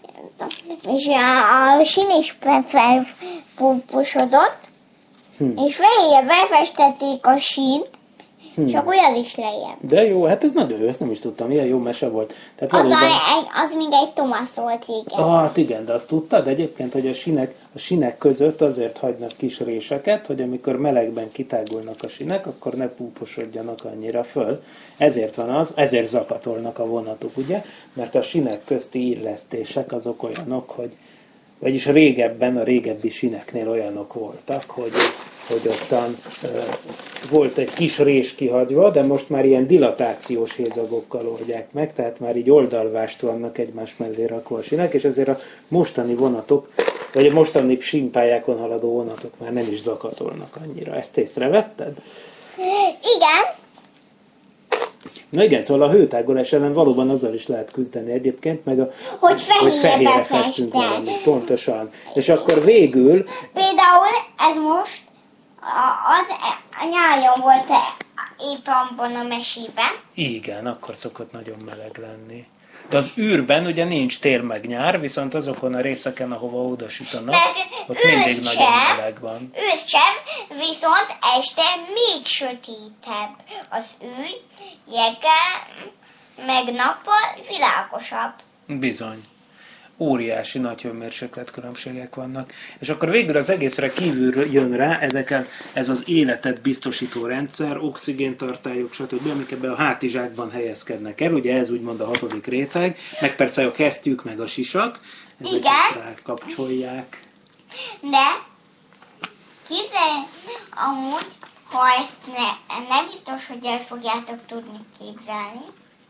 és a sin is felpuposodott, és fehérre befestették a sínt, és akkor az is lejjebb. De jó, hát ez nagyon jó, ezt nem is tudtam, ilyen jó mese volt. Tehát Az, valóban... az még egy Thomas volt, igen. Hát igen, de azt tudtad egyébként, hogy a sinek között azért hagynak kis réseket, hogy amikor melegben kitágulnak a sinek, akkor ne púposodjanak annyira föl. Ezért van az, ezért zakatolnak a vonatok, ugye? Mert a sinek közti illesztések azok olyanok, vagyis régebben, a régebbi sineknél olyanok voltak, hogy ottan volt egy kis rés kihagyva, de most már ilyen dilatációs hézagokkal oldják meg, tehát már így oldalvást vannak egymás mellé rakva a sinek, és ezért a mostani vonatok, vagy a mostani sínpályákon haladó vonatok már nem is zakatolnak annyira. Ezt észrevetted? Igen. Na igen, szóval a hőtágolás ellen valóban azzal is lehet küzdeni egyébként, meg Hogy fehérre festünk valamit, pontosan. És akkor végül... Például ez most a nyáron volt épp abban a mesében. Igen, akkor szokott nagyon meleg lenni. De az űrben ugye nincs tél meg nyár, viszont azokon a részeken, ahova odasütanak, ott mindig nagyon meleg van. Ősz sem, viszont este még sötétebb az űr, jeggel, meg nappal világosabb. Bizony. Óriási nagy hőmérséklet különbségek vannak. És akkor végül az egészre kívül jön rá ez az életet biztosító rendszer, oxigéntartályok, stb., amik ebben a hátizsákban helyezkednek el. Ugye ez úgymond a 6. réteg, meg persze a kesztyűk, meg a sisak. Ezeket rákapcsolják. De képzelj, amúgy, ha ezt nem biztos, hogy el fogjátok tudni képzelni,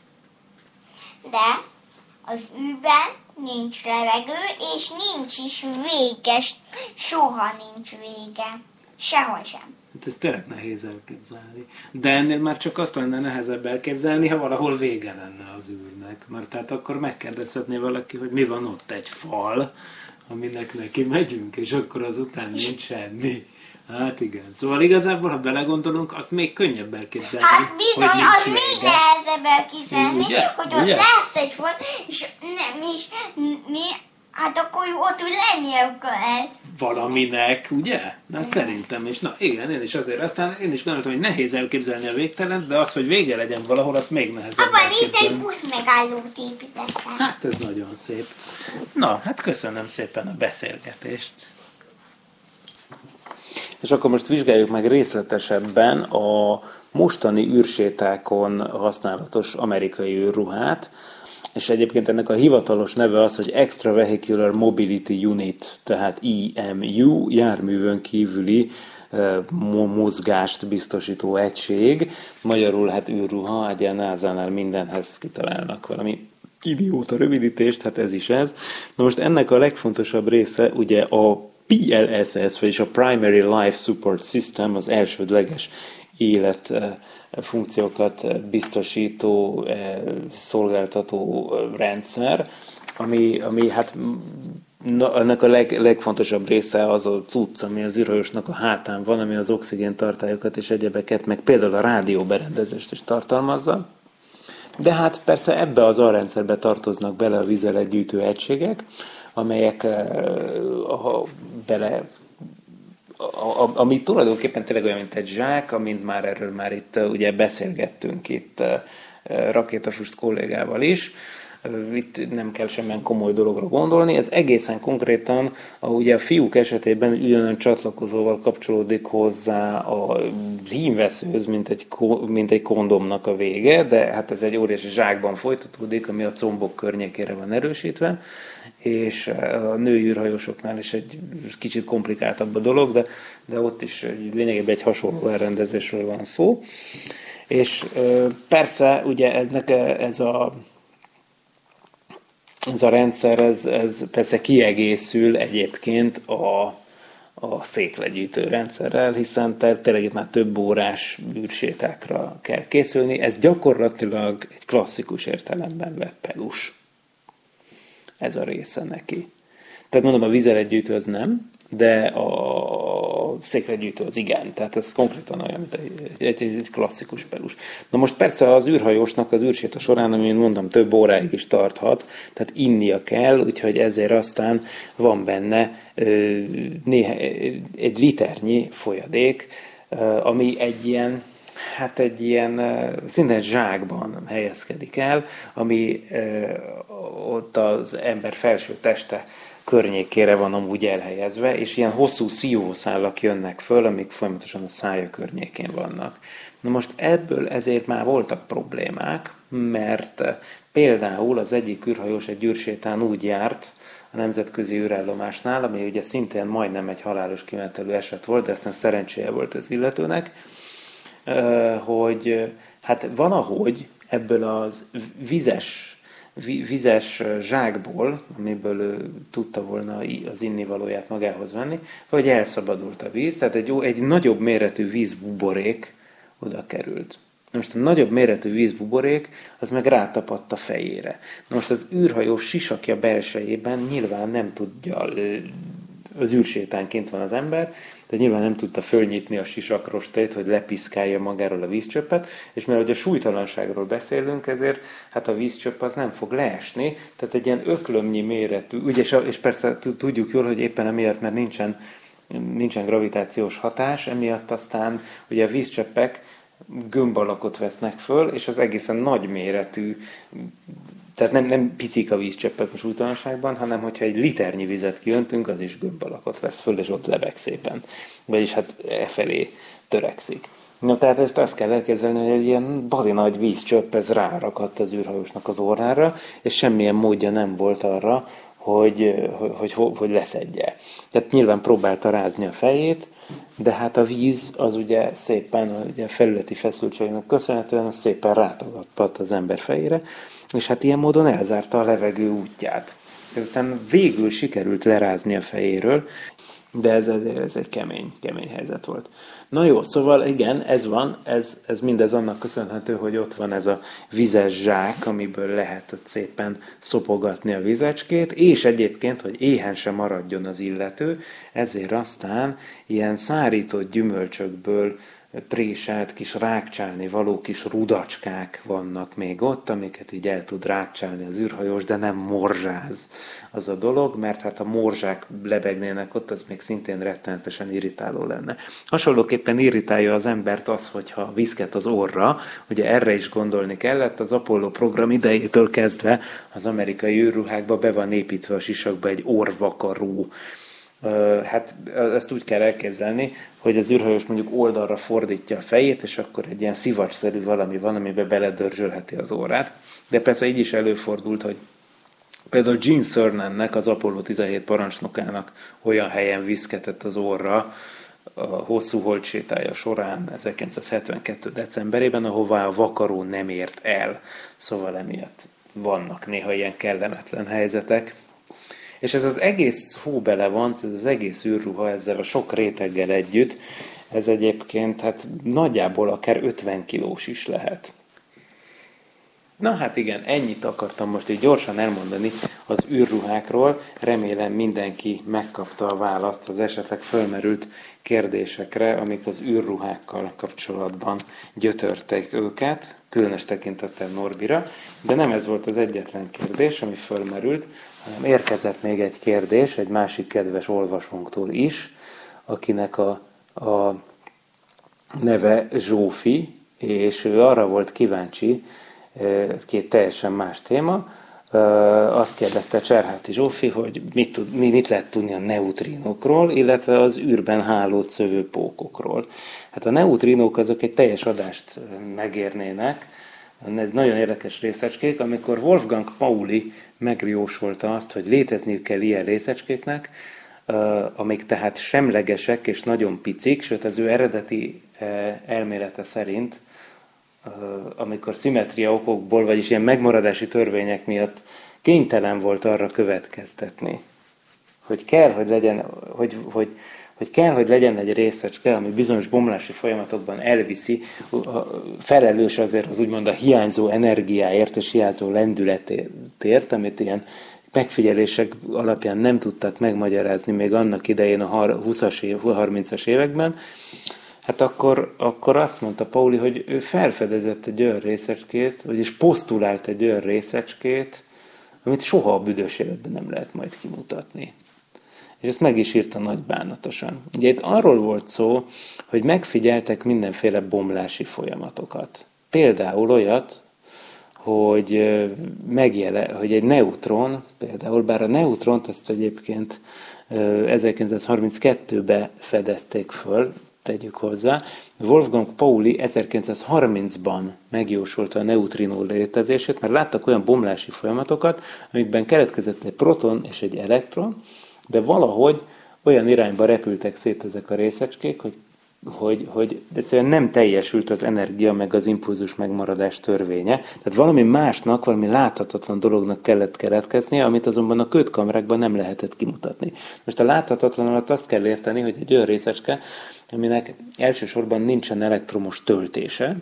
de az űrben nincs levegő, és nincs is véges, soha nincs vége. Sehol sem. Hát ez tényleg nehéz elképzelni. De ennél már csak azt lenne nehezebb elképzelni, ha valahol vége lenne az űrnek. Mert tehát akkor megkérdezhetné valaki, hogy mi van ott, egy fal, aminek neki megyünk, és akkor azután nincs semmi. Hát igen. Szóval igazából, ha belegondolunk, azt még könnyebb elképzelni. Hát bizony, hogy az még nehezebb elképzelni, ugye? hogy ott lesz egy fal, és nem is, hát akkor ott lennie kell. Valaminek, ugye? Hát szerintem is. Na igen, én is azért. Aztán én is gondoltam, hogy nehéz elképzelni a végtelent, de az, hogy vége legyen valahol, az még nehezebb Abban itt elképzelni. egy busz megállót építettek. Hát ez nagyon szép. Na, hát köszönöm szépen a beszélgetést. És akkor most vizsgáljuk meg részletesebben a mostani űrsétákon használatos amerikai űrruhát, és egyébként ennek a hivatalos neve az, hogy Extravehicular Mobility Unit, tehát EMU, járművön kívüli mozgást biztosító egység. Magyarul hát űrruha, egy ilyen NASA-nál mindenhez kitalálnak valami idióta rövidítést, hát ez is ez. Na most ennek a legfontosabb része ugye a PLSS, vagyis a Primary Life Support System, az elsődleges életfunkciókat biztosító, szolgáltató rendszer, ami hát ennek a legfontosabb része az a cucc, ami az űrhajósnak a hátán van, ami az oxigéntartályokat és egyebeket, meg például a rádióberendezést is tartalmazza. De hát persze ebbe az alrendszerbe tartoznak bele a vizeletgyűjtő egységek, amelyek ami tulajdonképpen tényleg olyan, mint egy zsák, amint már erről már itt ugye beszélgettünk itt rakétafüst kollégával is. Itt nem kell semmilyen komoly dologra gondolni. Ez egészen konkrétan, ugye a fiúk esetében ugyanolyan csatlakozóval kapcsolódik hozzá a hímveszőhöz, mint egy kondomnak a vége, de hát ez egy óriási zsákban folytatódik, ami a combok környékére van erősítve, és a női űrhajósoknál is egy kicsit komplikáltabb a dolog, de ott is lényegében egy hasonló elrendezésről van szó. És persze ugye ez a rendszer, ez persze kiegészül egyébként a széklegyűjtő rendszerrel, hiszen tényleg itt már több órás űrsétákra kell készülni. Ez gyakorlatilag egy klasszikus értelemben vett pelus. Ez a része neki. Tehát mondom, a vízelegyűjtő az nem, de a széklegyűjtő az igen. Tehát ez konkrétan olyan, mint egy klasszikus pelus. Na most persze az űrhajósnak az űrséta során, ami mondom, több óráig is tarthat, tehát innia kell, úgyhogy ezért aztán van benne egy liternyi folyadék, ami egy ilyen szinte zsákban helyezkedik el, ami ott az ember felső teste környékére van amúgy elhelyezve, és ilyen hosszú szívószálak jönnek föl, amik folyamatosan a szája környékén vannak. Na most ebből ezért már voltak problémák, mert például az egyik űrhajós egy űrsétán úgy járt a nemzetközi űrállomásnál, ami ugye szintén majdnem egy halálos kimenetelű eset volt, de aztán szerencséje volt az illetőnek, hogy hát van, ahogy ebből az vizes zsákból, amiből ő tudta volna az innivalóját magához venni, vagy elszabadult a víz, tehát egy nagyobb méretű vízbuborék oda került. Most a nagyobb méretű vízbuborék, az meg rátapadt a fejére. Most az űrhajó sisakja belsejében nyilván nem tudja, az űrsétán kint van az ember, de nyilván nem tudta fölnyitni a sisakrostét, hogy lepiszkálja magáról a vízcsöppet, és mert hogy a súlytalanságról beszélünk, ezért hát a vízcsöpp az nem fog leesni, tehát egy ilyen öklömnyi méretű, ugye, és persze tudjuk jól, hogy éppen emiatt, mert nincsen gravitációs hatás, emiatt aztán ugye a vízcseppek gömb alakot vesznek föl, és az egészen nagy méretű, tehát nem picik a vízcseppek a súlytalanságban, hanem hogyha egy liternyi vizet kiöntünk, az is gömb alakot vesz föl, és ott lebeg szépen. Vagyis hát felé törekszik. Na, tehát ezt azt kell elképzelni, hogy egy ilyen bazi nagy vízcsöpp, ez rárakadt az űrhajósnak az orrára, és semmilyen módja nem volt arra, hogy leszedje. Tehát nyilván próbálta rázni a fejét, de hát a víz az ugye szépen, ugye a felületi feszültségnek köszönhetően az szépen rátagadott az ember fejére, és hát ilyen módon elzárta a levegő útját. Aztán végül sikerült lerázni a fejéről, de ez egy kemény helyzet volt. Na jó, szóval igen, ez van, ez mindez annak köszönhető, hogy ott van ez a vizes zsák, amiből lehet szépen szopogatni a vizecskét, és egyébként, hogy éhen sem maradjon az illető, ezért aztán ilyen szárított gyümölcsökből préselt kis rákcsálni való kis rudacskák vannak még ott, amiket így el tud rákcsálni az űrhajós, de nem morzsáz az a dolog, mert hát ha morzsák lebegnének ott, az még szintén rettenetesen irritáló lenne. Hasonlóképpen irritálja az embert az, hogyha viszket az orra, ugye erre is gondolni kellett, az Apollo program idejétől kezdve az amerikai űrruhákba be van építve a sisakba egy orrvakaró. Hát ezt úgy kell elképzelni, hogy az űrhajós mondjuk oldalra fordítja a fejét, és akkor egy ilyen szivacsszerű valami van, amiben beledörzsölheti az orrát. De persze így is előfordult, hogy például Gene Cernannek, az Apollo 17 parancsnokának olyan helyen viszketett az orra a hosszú holdsétája során 1972. decemberében, ahová a vakaró nem ért el. Szóval emiatt vannak néha ilyen kellemetlen helyzetek. És ez az egész hóbelevanc, ez az egész űrruha ezzel a sok réteggel együtt, ez egyébként hát nagyjából akár 50 kilós is lehet. Na hát igen, ennyit akartam most így gyorsan elmondani az űrruhákról. Remélem mindenki megkapta a választ az esetleg fölmerült kérdésekre, amik az űrruhákkal kapcsolatban gyötörték őket, különös tekintettel Norbira. De nem ez volt az egyetlen kérdés, ami fölmerült, hanem érkezett még egy kérdés egy másik kedves olvasónktól is, akinek a neve Zsófi, és ő arra volt kíváncsi, Ez két teljesen más téma. Azt kérdezte Cserháti Zsófi, hogy mit lehet tudni a neutrinókról, illetve az űrben hálót szövő pókokról. Hát a neutrinók azok egy teljes adást megérnének. Ez nagyon érdekes részecskék, amikor Wolfgang Pauli megjósolta azt, hogy létezniük kell ilyen részecskéknek, amik tehát semlegesek és nagyon picik, sőt az ő eredeti elmélete szerint, amikor szimmetria okokból, vagyis ilyen megmaradási törvények miatt kénytelen volt arra következtetni, hogy kell, hogy legyen egy részecske, ami bizonyos bomlási folyamatokban elviszi, felelős azért az úgymond a hiányzó energiáért és hiányzó lendületért, amit ilyen megfigyelések alapján nem tudtak megmagyarázni még annak idején a 20-as, 30-as években. Hát akkor azt mondta Pauli, hogy ő felfedezett egy olyan részecskét, vagyis posztulált egy olyan részecskét, amit soha a büdös életben nem lehet majd kimutatni. És ezt meg is írta nagy bánatosan. Ugye itt arról volt szó, hogy megfigyeltek mindenféle bomlási folyamatokat. Például olyat, hogy egy neutron, például, bár a neutront ezt egyébként 1932-ben fedezték föl, tegyük hozzá, Wolfgang Pauli 1930-ban megjósolta a neutrinó létezését, mert láttak olyan bomlási folyamatokat, amikben keletkezett egy proton és egy elektron, de valahogy olyan irányba repültek szét ezek a részecskék, hogy egyszerűen nem teljesült az energia meg az impulzus megmaradás törvénye. Tehát valami másnak, valami láthatatlan dolognak kellett keletkeznie, amit azonban a kötkamrákban nem lehetett kimutatni. Most a láthatatlan alatt azt kell érteni, hogy egy olyan részecske, aminek elsősorban nincsen elektromos töltése,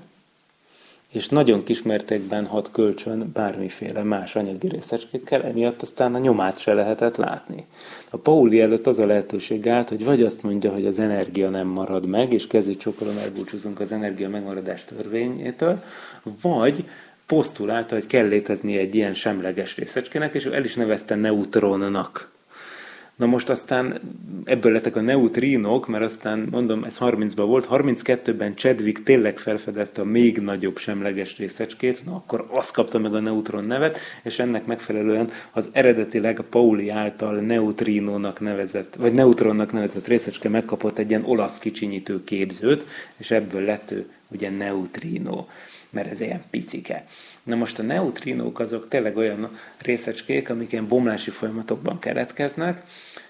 és nagyon kis mértékben hat kölcsön bármiféle más anyagi részecskékkel, emiatt aztán a nyomát se lehetett látni. A Pauli előtt az a lehetőség állt, hogy vagy azt mondja, hogy az energia nem marad meg, és kezdi csokolom elbúcsúzunk az energia megmaradás törvényétől, vagy posztulálta, hogy kell létezni egy ilyen semleges részecskének, és ő el is nevezte neutronnak. Na most aztán ebből lettek a neutrinok, mert aztán mondom, ez 30-ban volt, 32-ben Chadwick tényleg felfedezte a még nagyobb semleges részecskét, na akkor azt kapta meg a neutron nevet, és ennek megfelelően az eredetileg a Pauli által neutrinónak nevezett, vagy neutronnak nevezett részecske megkapott egy ilyen olasz kicsinyítő képzőt, és ebből lett ő ugye neutrino, mert ez ilyen picike. Na most a neutrinók azok tényleg olyan részecskék, amik ilyen bomlási folyamatokban keletkeznek,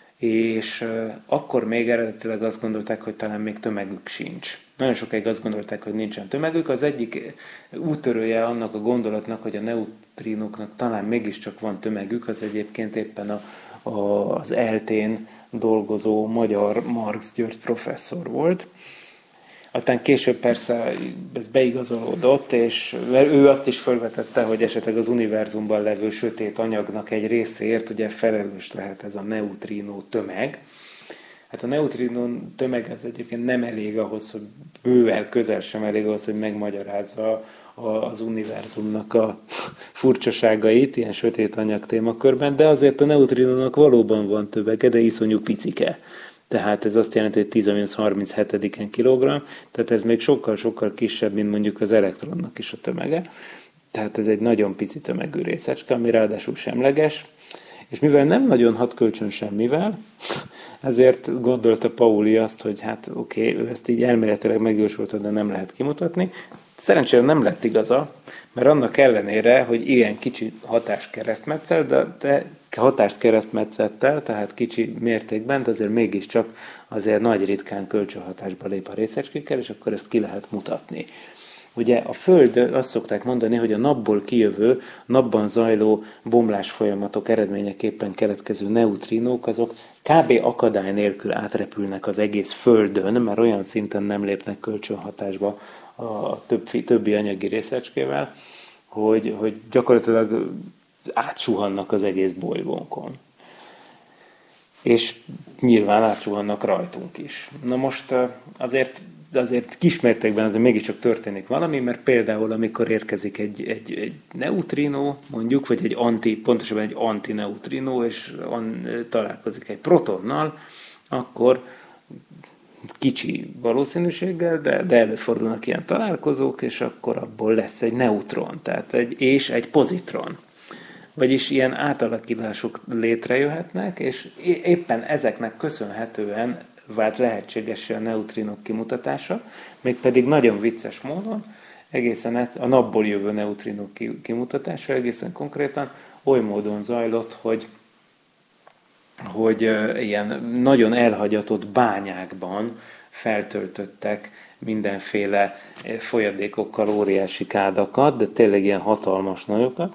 és akkor még eredetileg azt gondolták, hogy talán még tömegük sincs. Nagyon sokáig azt gondolták, hogy nincsen tömegük. Az egyik úttörője annak a gondolatnak, hogy a neutrinóknak talán mégiscsak van tömegük, az egyébként éppen az ELTE-n dolgozó magyar Marx György professzor volt. Aztán később persze ez beigazolódott, és ő azt is felvetette, hogy esetleg az univerzumban levő sötét anyagnak egy részéért ugye felelős lehet ez a neutrino tömeg. Hát a neutrino tömeg az egyébként nem elég ahhoz, hogy bővel közel sem elég ahhoz, hogy megmagyarázza az univerzumnak a furcsaságait, ilyen sötét anyag témakörben, de azért a neutrinónak valóban van tömege, de iszonyú picike. Tehát ez azt jelenti, hogy 10-37 kilogramm, tehát ez még sokkal-sokkal kisebb, mint mondjuk az elektronnak is a tömege. Tehát ez egy nagyon pici tömegű részecske, ami ráadásul semleges, és mivel nem nagyon hat kölcsön semmivel, ezért gondolta Pauli azt, hogy hát oké, ő ezt így elméletileg megjósolta, de nem lehet kimutatni. Szerencsére nem lett igaza, mert annak ellenére, hogy ilyen kicsi hatást keresztmetszettel, tehát kicsi mértékben, de azért mégiscsak azért nagy ritkán kölcsönhatásba lép a részecskékkel, és akkor ezt ki lehet mutatni. Ugye a Föld, azt szokták mondani, hogy a napból kijövő, napban zajló bomlás folyamatok eredményeképpen keletkező neutrinók, azok kb. Akadály nélkül átrepülnek az egész Földön, mert olyan szinten nem lépnek kölcsönhatásba a többi anyagi részecskével, hogy gyakorlatilag átsuhannak az egész bolygónkon. És nyilván átsuhannak rajtunk is. Na most azért kismértékben azért mégiscsak történik valami, mert például amikor érkezik egy neutrino, mondjuk, vagy pontosabban egy antineutrino, és találkozik egy protonnal, akkor kicsi valószínűséggel, de előfordulnak ilyen találkozók, és akkor abból lesz egy neutron, tehát és egy pozitron. Vagyis ilyen átalakítások létrejöhetnek, és éppen ezeknek köszönhetően vált lehetséges a neutrinok kimutatása, mégpedig nagyon vicces módon, egészen a napból jövő neutrinok kimutatása egészen konkrétan oly módon zajlott, hogy ilyen nagyon elhagyatott bányákban feltöltöttek mindenféle folyadékokkal óriási kádakat, de tényleg ilyen hatalmas nagyokat,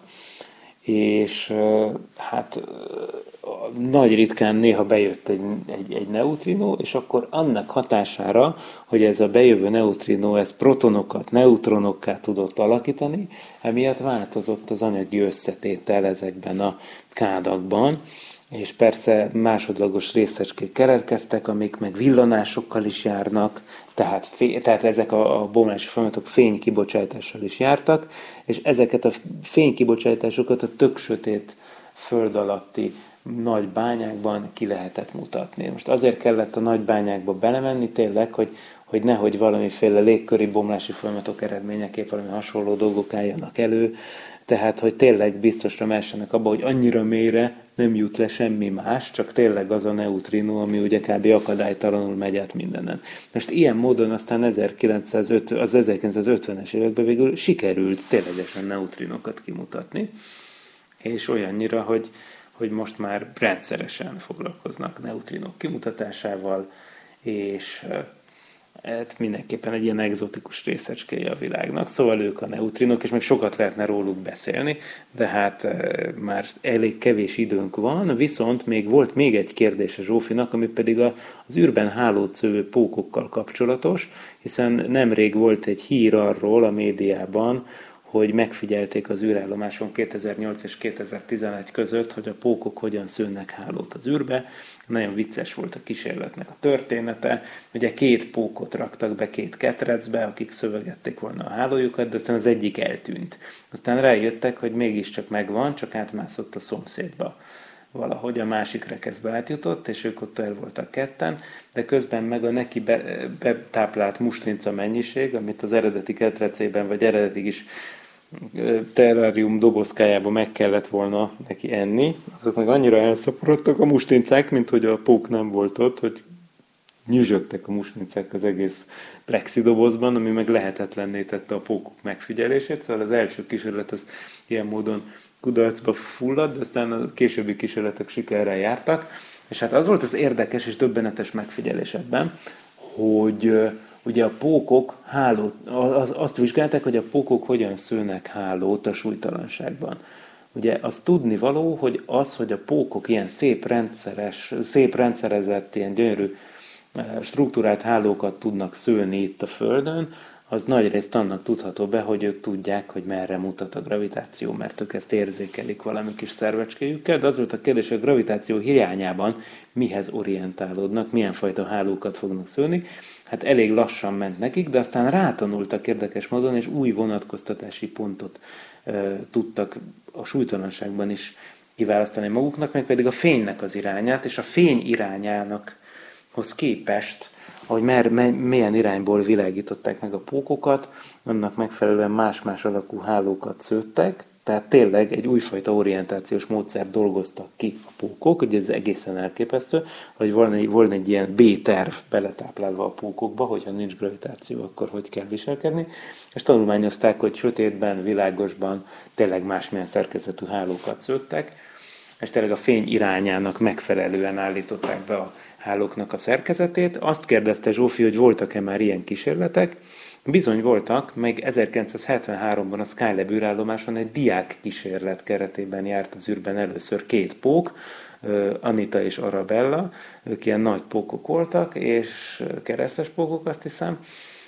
és hát nagy ritkán néha bejött egy neutrinó, és akkor annak hatására, hogy ez a bejövő neutrinó, ez protonokat, neutronokká tudott alakítani, emiatt változott az anyagi összetétel ezekben a kádakban, és persze másodlagos részecskék keletkeztek, amik meg villanásokkal is járnak, tehát ezek a bomlási folyamatok fénykibocsátással is jártak, és ezeket a fénykibocsátásokat a tök sötét föld alatti nagy bányákban ki lehetett mutatni. Most azért kellett a nagy bányákba belemenni tényleg, hogy nehogy valamiféle légköri bomlási folyamatok eredményeképp valami hasonló dolgok álljanak elő, tehát hogy tényleg biztosra mehessenek abba, hogy annyira mélyre nem jut le semmi más, csak tényleg az a neutrino, ami ugye kb. Akadálytalanul megy át mindenen. Most ilyen módon aztán az 1950-es években végül sikerült ténylegesen neutrinokat kimutatni, és olyannyira, hogy most már rendszeresen foglalkoznak neutrinok kimutatásával, és hát mindenképpen egy ilyen egzotikus részecskéje a világnak. Szóval ők a neutrinok, és még sokat lehetne róluk beszélni, de hát már elég kevés időnk van, viszont volt még egy kérdése Zsófinak, ami pedig az űrben hálót szövő pókokkal kapcsolatos, hiszen nemrég volt egy hír arról a médiában, hogy megfigyelték az űrállomáson 2008 és 2011 között, hogy a pókok hogyan szőnek hálót az űrbe. Nagyon vicces volt a kísérletnek a története. Ugye 2 pókot raktak be 2 ketrecbe, akik szövegették volna a hálójukat, de aztán az egyik eltűnt. Aztán rájöttek, hogy mégiscsak megvan, csak átmászott a szomszédba. Valahogy a másik rekeszbe átjutott, és ők ott el voltak ketten, de közben meg a neki betáplált muslinca mennyiség, amit az eredeti ketrecében, vagy eredetig is terrárium dobozkájába meg kellett volna neki enni, azok meg annyira elszaporodtak a muslincák, mint hogy a pók nem volt ott, hogy nyüzsögtek a muslincák az egész plexidobozban, ami meg lehetetlenné tette a pókok megfigyelését, szóval az első kísérlet az ilyen módon kudarcba fulladt, de aztán a későbbi kísérletek sikerrel jártak, és hát az volt az érdekes és döbbenetes megfigyelés ebben, hogy ugye a pókok azt vizsgálták, hogy a pókok hogyan szőnek hálót a súlytalanságban. Ugye az tudnivaló, hogy hogy a pókok ilyen szép rendszerezett, ilyen gyönyörű struktúrált hálókat tudnak szőni itt a Földön, az nagyrészt annak tudható be, hogy ők tudják, hogy merre mutat a gravitáció, mert ők ezt érzékelik valami kis szervecskéjükkel, de az volt a kérdés, hogy a gravitáció hiányában mihez orientálódnak, milyen fajta hálókat fognak szőni. Hát elég lassan ment nekik, de aztán rátanultak érdekes módon, és új vonatkoztatási pontot tudtak a súlytalanságban is kiválasztani maguknak, meg pedig a fénynek az irányát, és a fény irányának hoz képest, hogy milyen irányból világították meg a pókokat, annak megfelelően más-más alakú hálókat szőttek, tehát tényleg egy újfajta orientációs módszert dolgoztak ki a pókok, ugye ez egészen elképesztő, hogy volna egy ilyen B-terv beletáplálva a pókokba, hogyha nincs gravitáció, akkor hogy kell viselkedni, és tanulmányozták, hogy sötétben, világosban tényleg másmilyen szerkezetű hálókat szőttek, és tényleg a fény irányának megfelelően állították be a hálóknak a szerkezetét. Azt kérdezte Zsófi, hogy voltak-e már ilyen kísérletek. Bizony voltak, meg 1973-ban a Skylab űrállomáson egy diák kísérlet keretében járt az űrben először 2 pók, Anita és Arabella, ők ilyen nagy pókok voltak, és keresztes pókok, azt hiszem,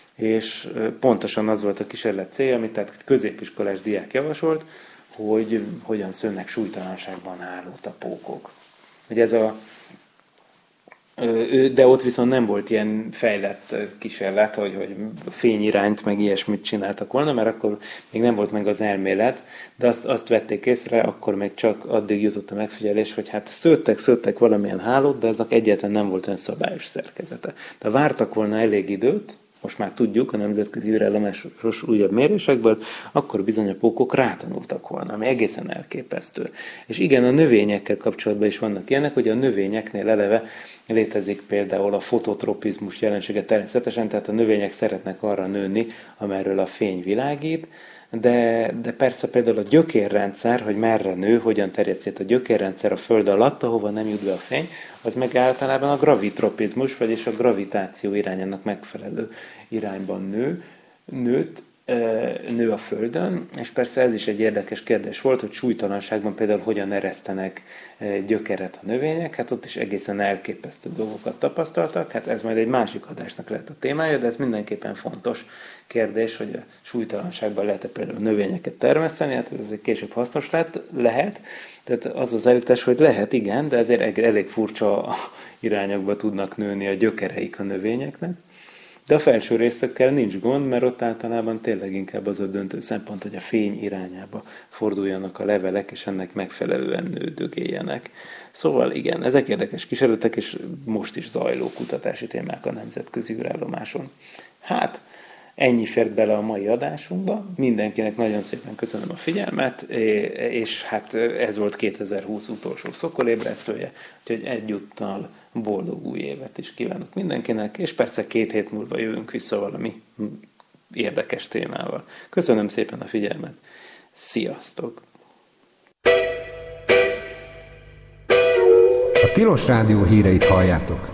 és pontosan az volt a kísérlet célja, amit tehát középiskolás diák javasolt, hogy hogyan szőnek súlytalanságban hálót a pókok. Ugye De ott viszont nem volt ilyen fejlett kísérlet, hogy fényirányt meg ilyesmit csináltak volna, mert akkor még nem volt meg az elmélet, de azt vették észre, akkor még csak addig jutott a megfigyelés, hogy hát szőttek valamilyen hálót, de aznak egyáltalán nem volt olyan szabályos szerkezete. De vártak volna elég időt, most már tudjuk a nemzetközi űrállomásos újabb mérésekből, akkor bizony a pókok rátanultak volna, ami egészen elképesztő. És igen, a növényekkel kapcsolatban is vannak ilyenek, hogy a növényeknél eleve létezik például a fototropizmus jelensége természetesen, tehát a növények szeretnek arra nőni, amerről a fény világít, de persze például a gyökérrendszer, hogy merre nő, hogyan terjed szét a gyökérrendszer a föld alatt, ahova nem jut be a fény, az meg általában a gravitropizmus, vagyis a gravitáció irányának megfelelő irányban nő a Földön, és persze ez is egy érdekes kérdés volt, hogy súlytalanságban például hogyan eresztenek gyökeret a növények, hát ott is egészen elképesztő dolgokat tapasztaltak, hát ez majd egy másik adásnak lehet a témája, de ez mindenképpen fontos kérdés, hogy a súlytalanságban lehet-e például növényeket termeszteni, hát ez később hasznos lehet, tehát az az állítás, hogy lehet, igen, de azért elég furcsa irányokba tudnak nőni a gyökereik a növényeknek. De a felső részekkel nincs gond, mert ott általában tényleg inkább az a döntő szempont, hogy a fény irányába forduljanak a levelek, és ennek megfelelően nődögéljenek. Szóval igen, ezek érdekes kísérletek, és most is zajló kutatási témák a nemzetközi űrállomáson. Hát, ennyi fért bele a mai adásunkba. Mindenkinek nagyon szépen köszönöm a figyelmet, és hát ez volt 2020 utolsó szokolébresztője, úgyhogy egyúttal boldog új évet is kívánok mindenkinek, és persze 2 hét múlva jövünk vissza valami érdekes témával. Köszönöm szépen a figyelmet. Sziasztok! A Tilos Rádió híreit halljátok.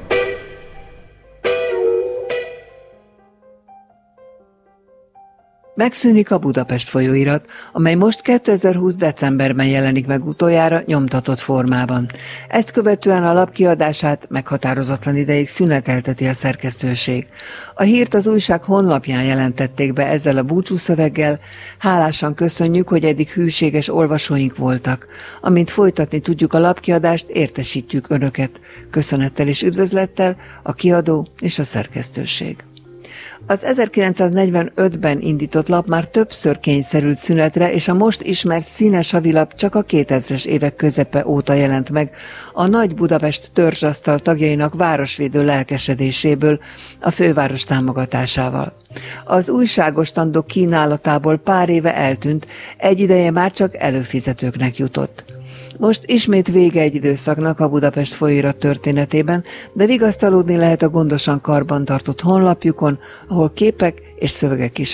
Megszűnik a Budapest folyóirat, amely most 2020. decemberben jelenik meg utoljára nyomtatott formában. Ezt követően a lap kiadását meghatározatlan ideig szünetelteti a szerkesztőség. A hírt az újság honlapján jelentették be ezzel a búcsúszöveggel. Hálásan köszönjük, hogy eddig hűséges olvasóink voltak. Amint folytatni tudjuk a lapkiadást, értesítjük Önöket. Köszönettel és üdvözlettel a kiadó és a szerkesztőség. Az 1945-ben indított lap már többször kényszerült szünetre, és a most ismert színes havilap csak a 2000-es évek közepe óta jelent meg a Nagy Budapest törzsasztal tagjainak városvédő lelkesedéséből, a főváros támogatásával. Az újságostandok kínálatából pár éve eltűnt, egy ideje már csak előfizetőknek jutott. Most ismét vége egy időszaknak a Budapest folyóirat történetében, de vigasztalódni lehet a gondosan karbantartott honlapjukon, ahol képek és szövegek is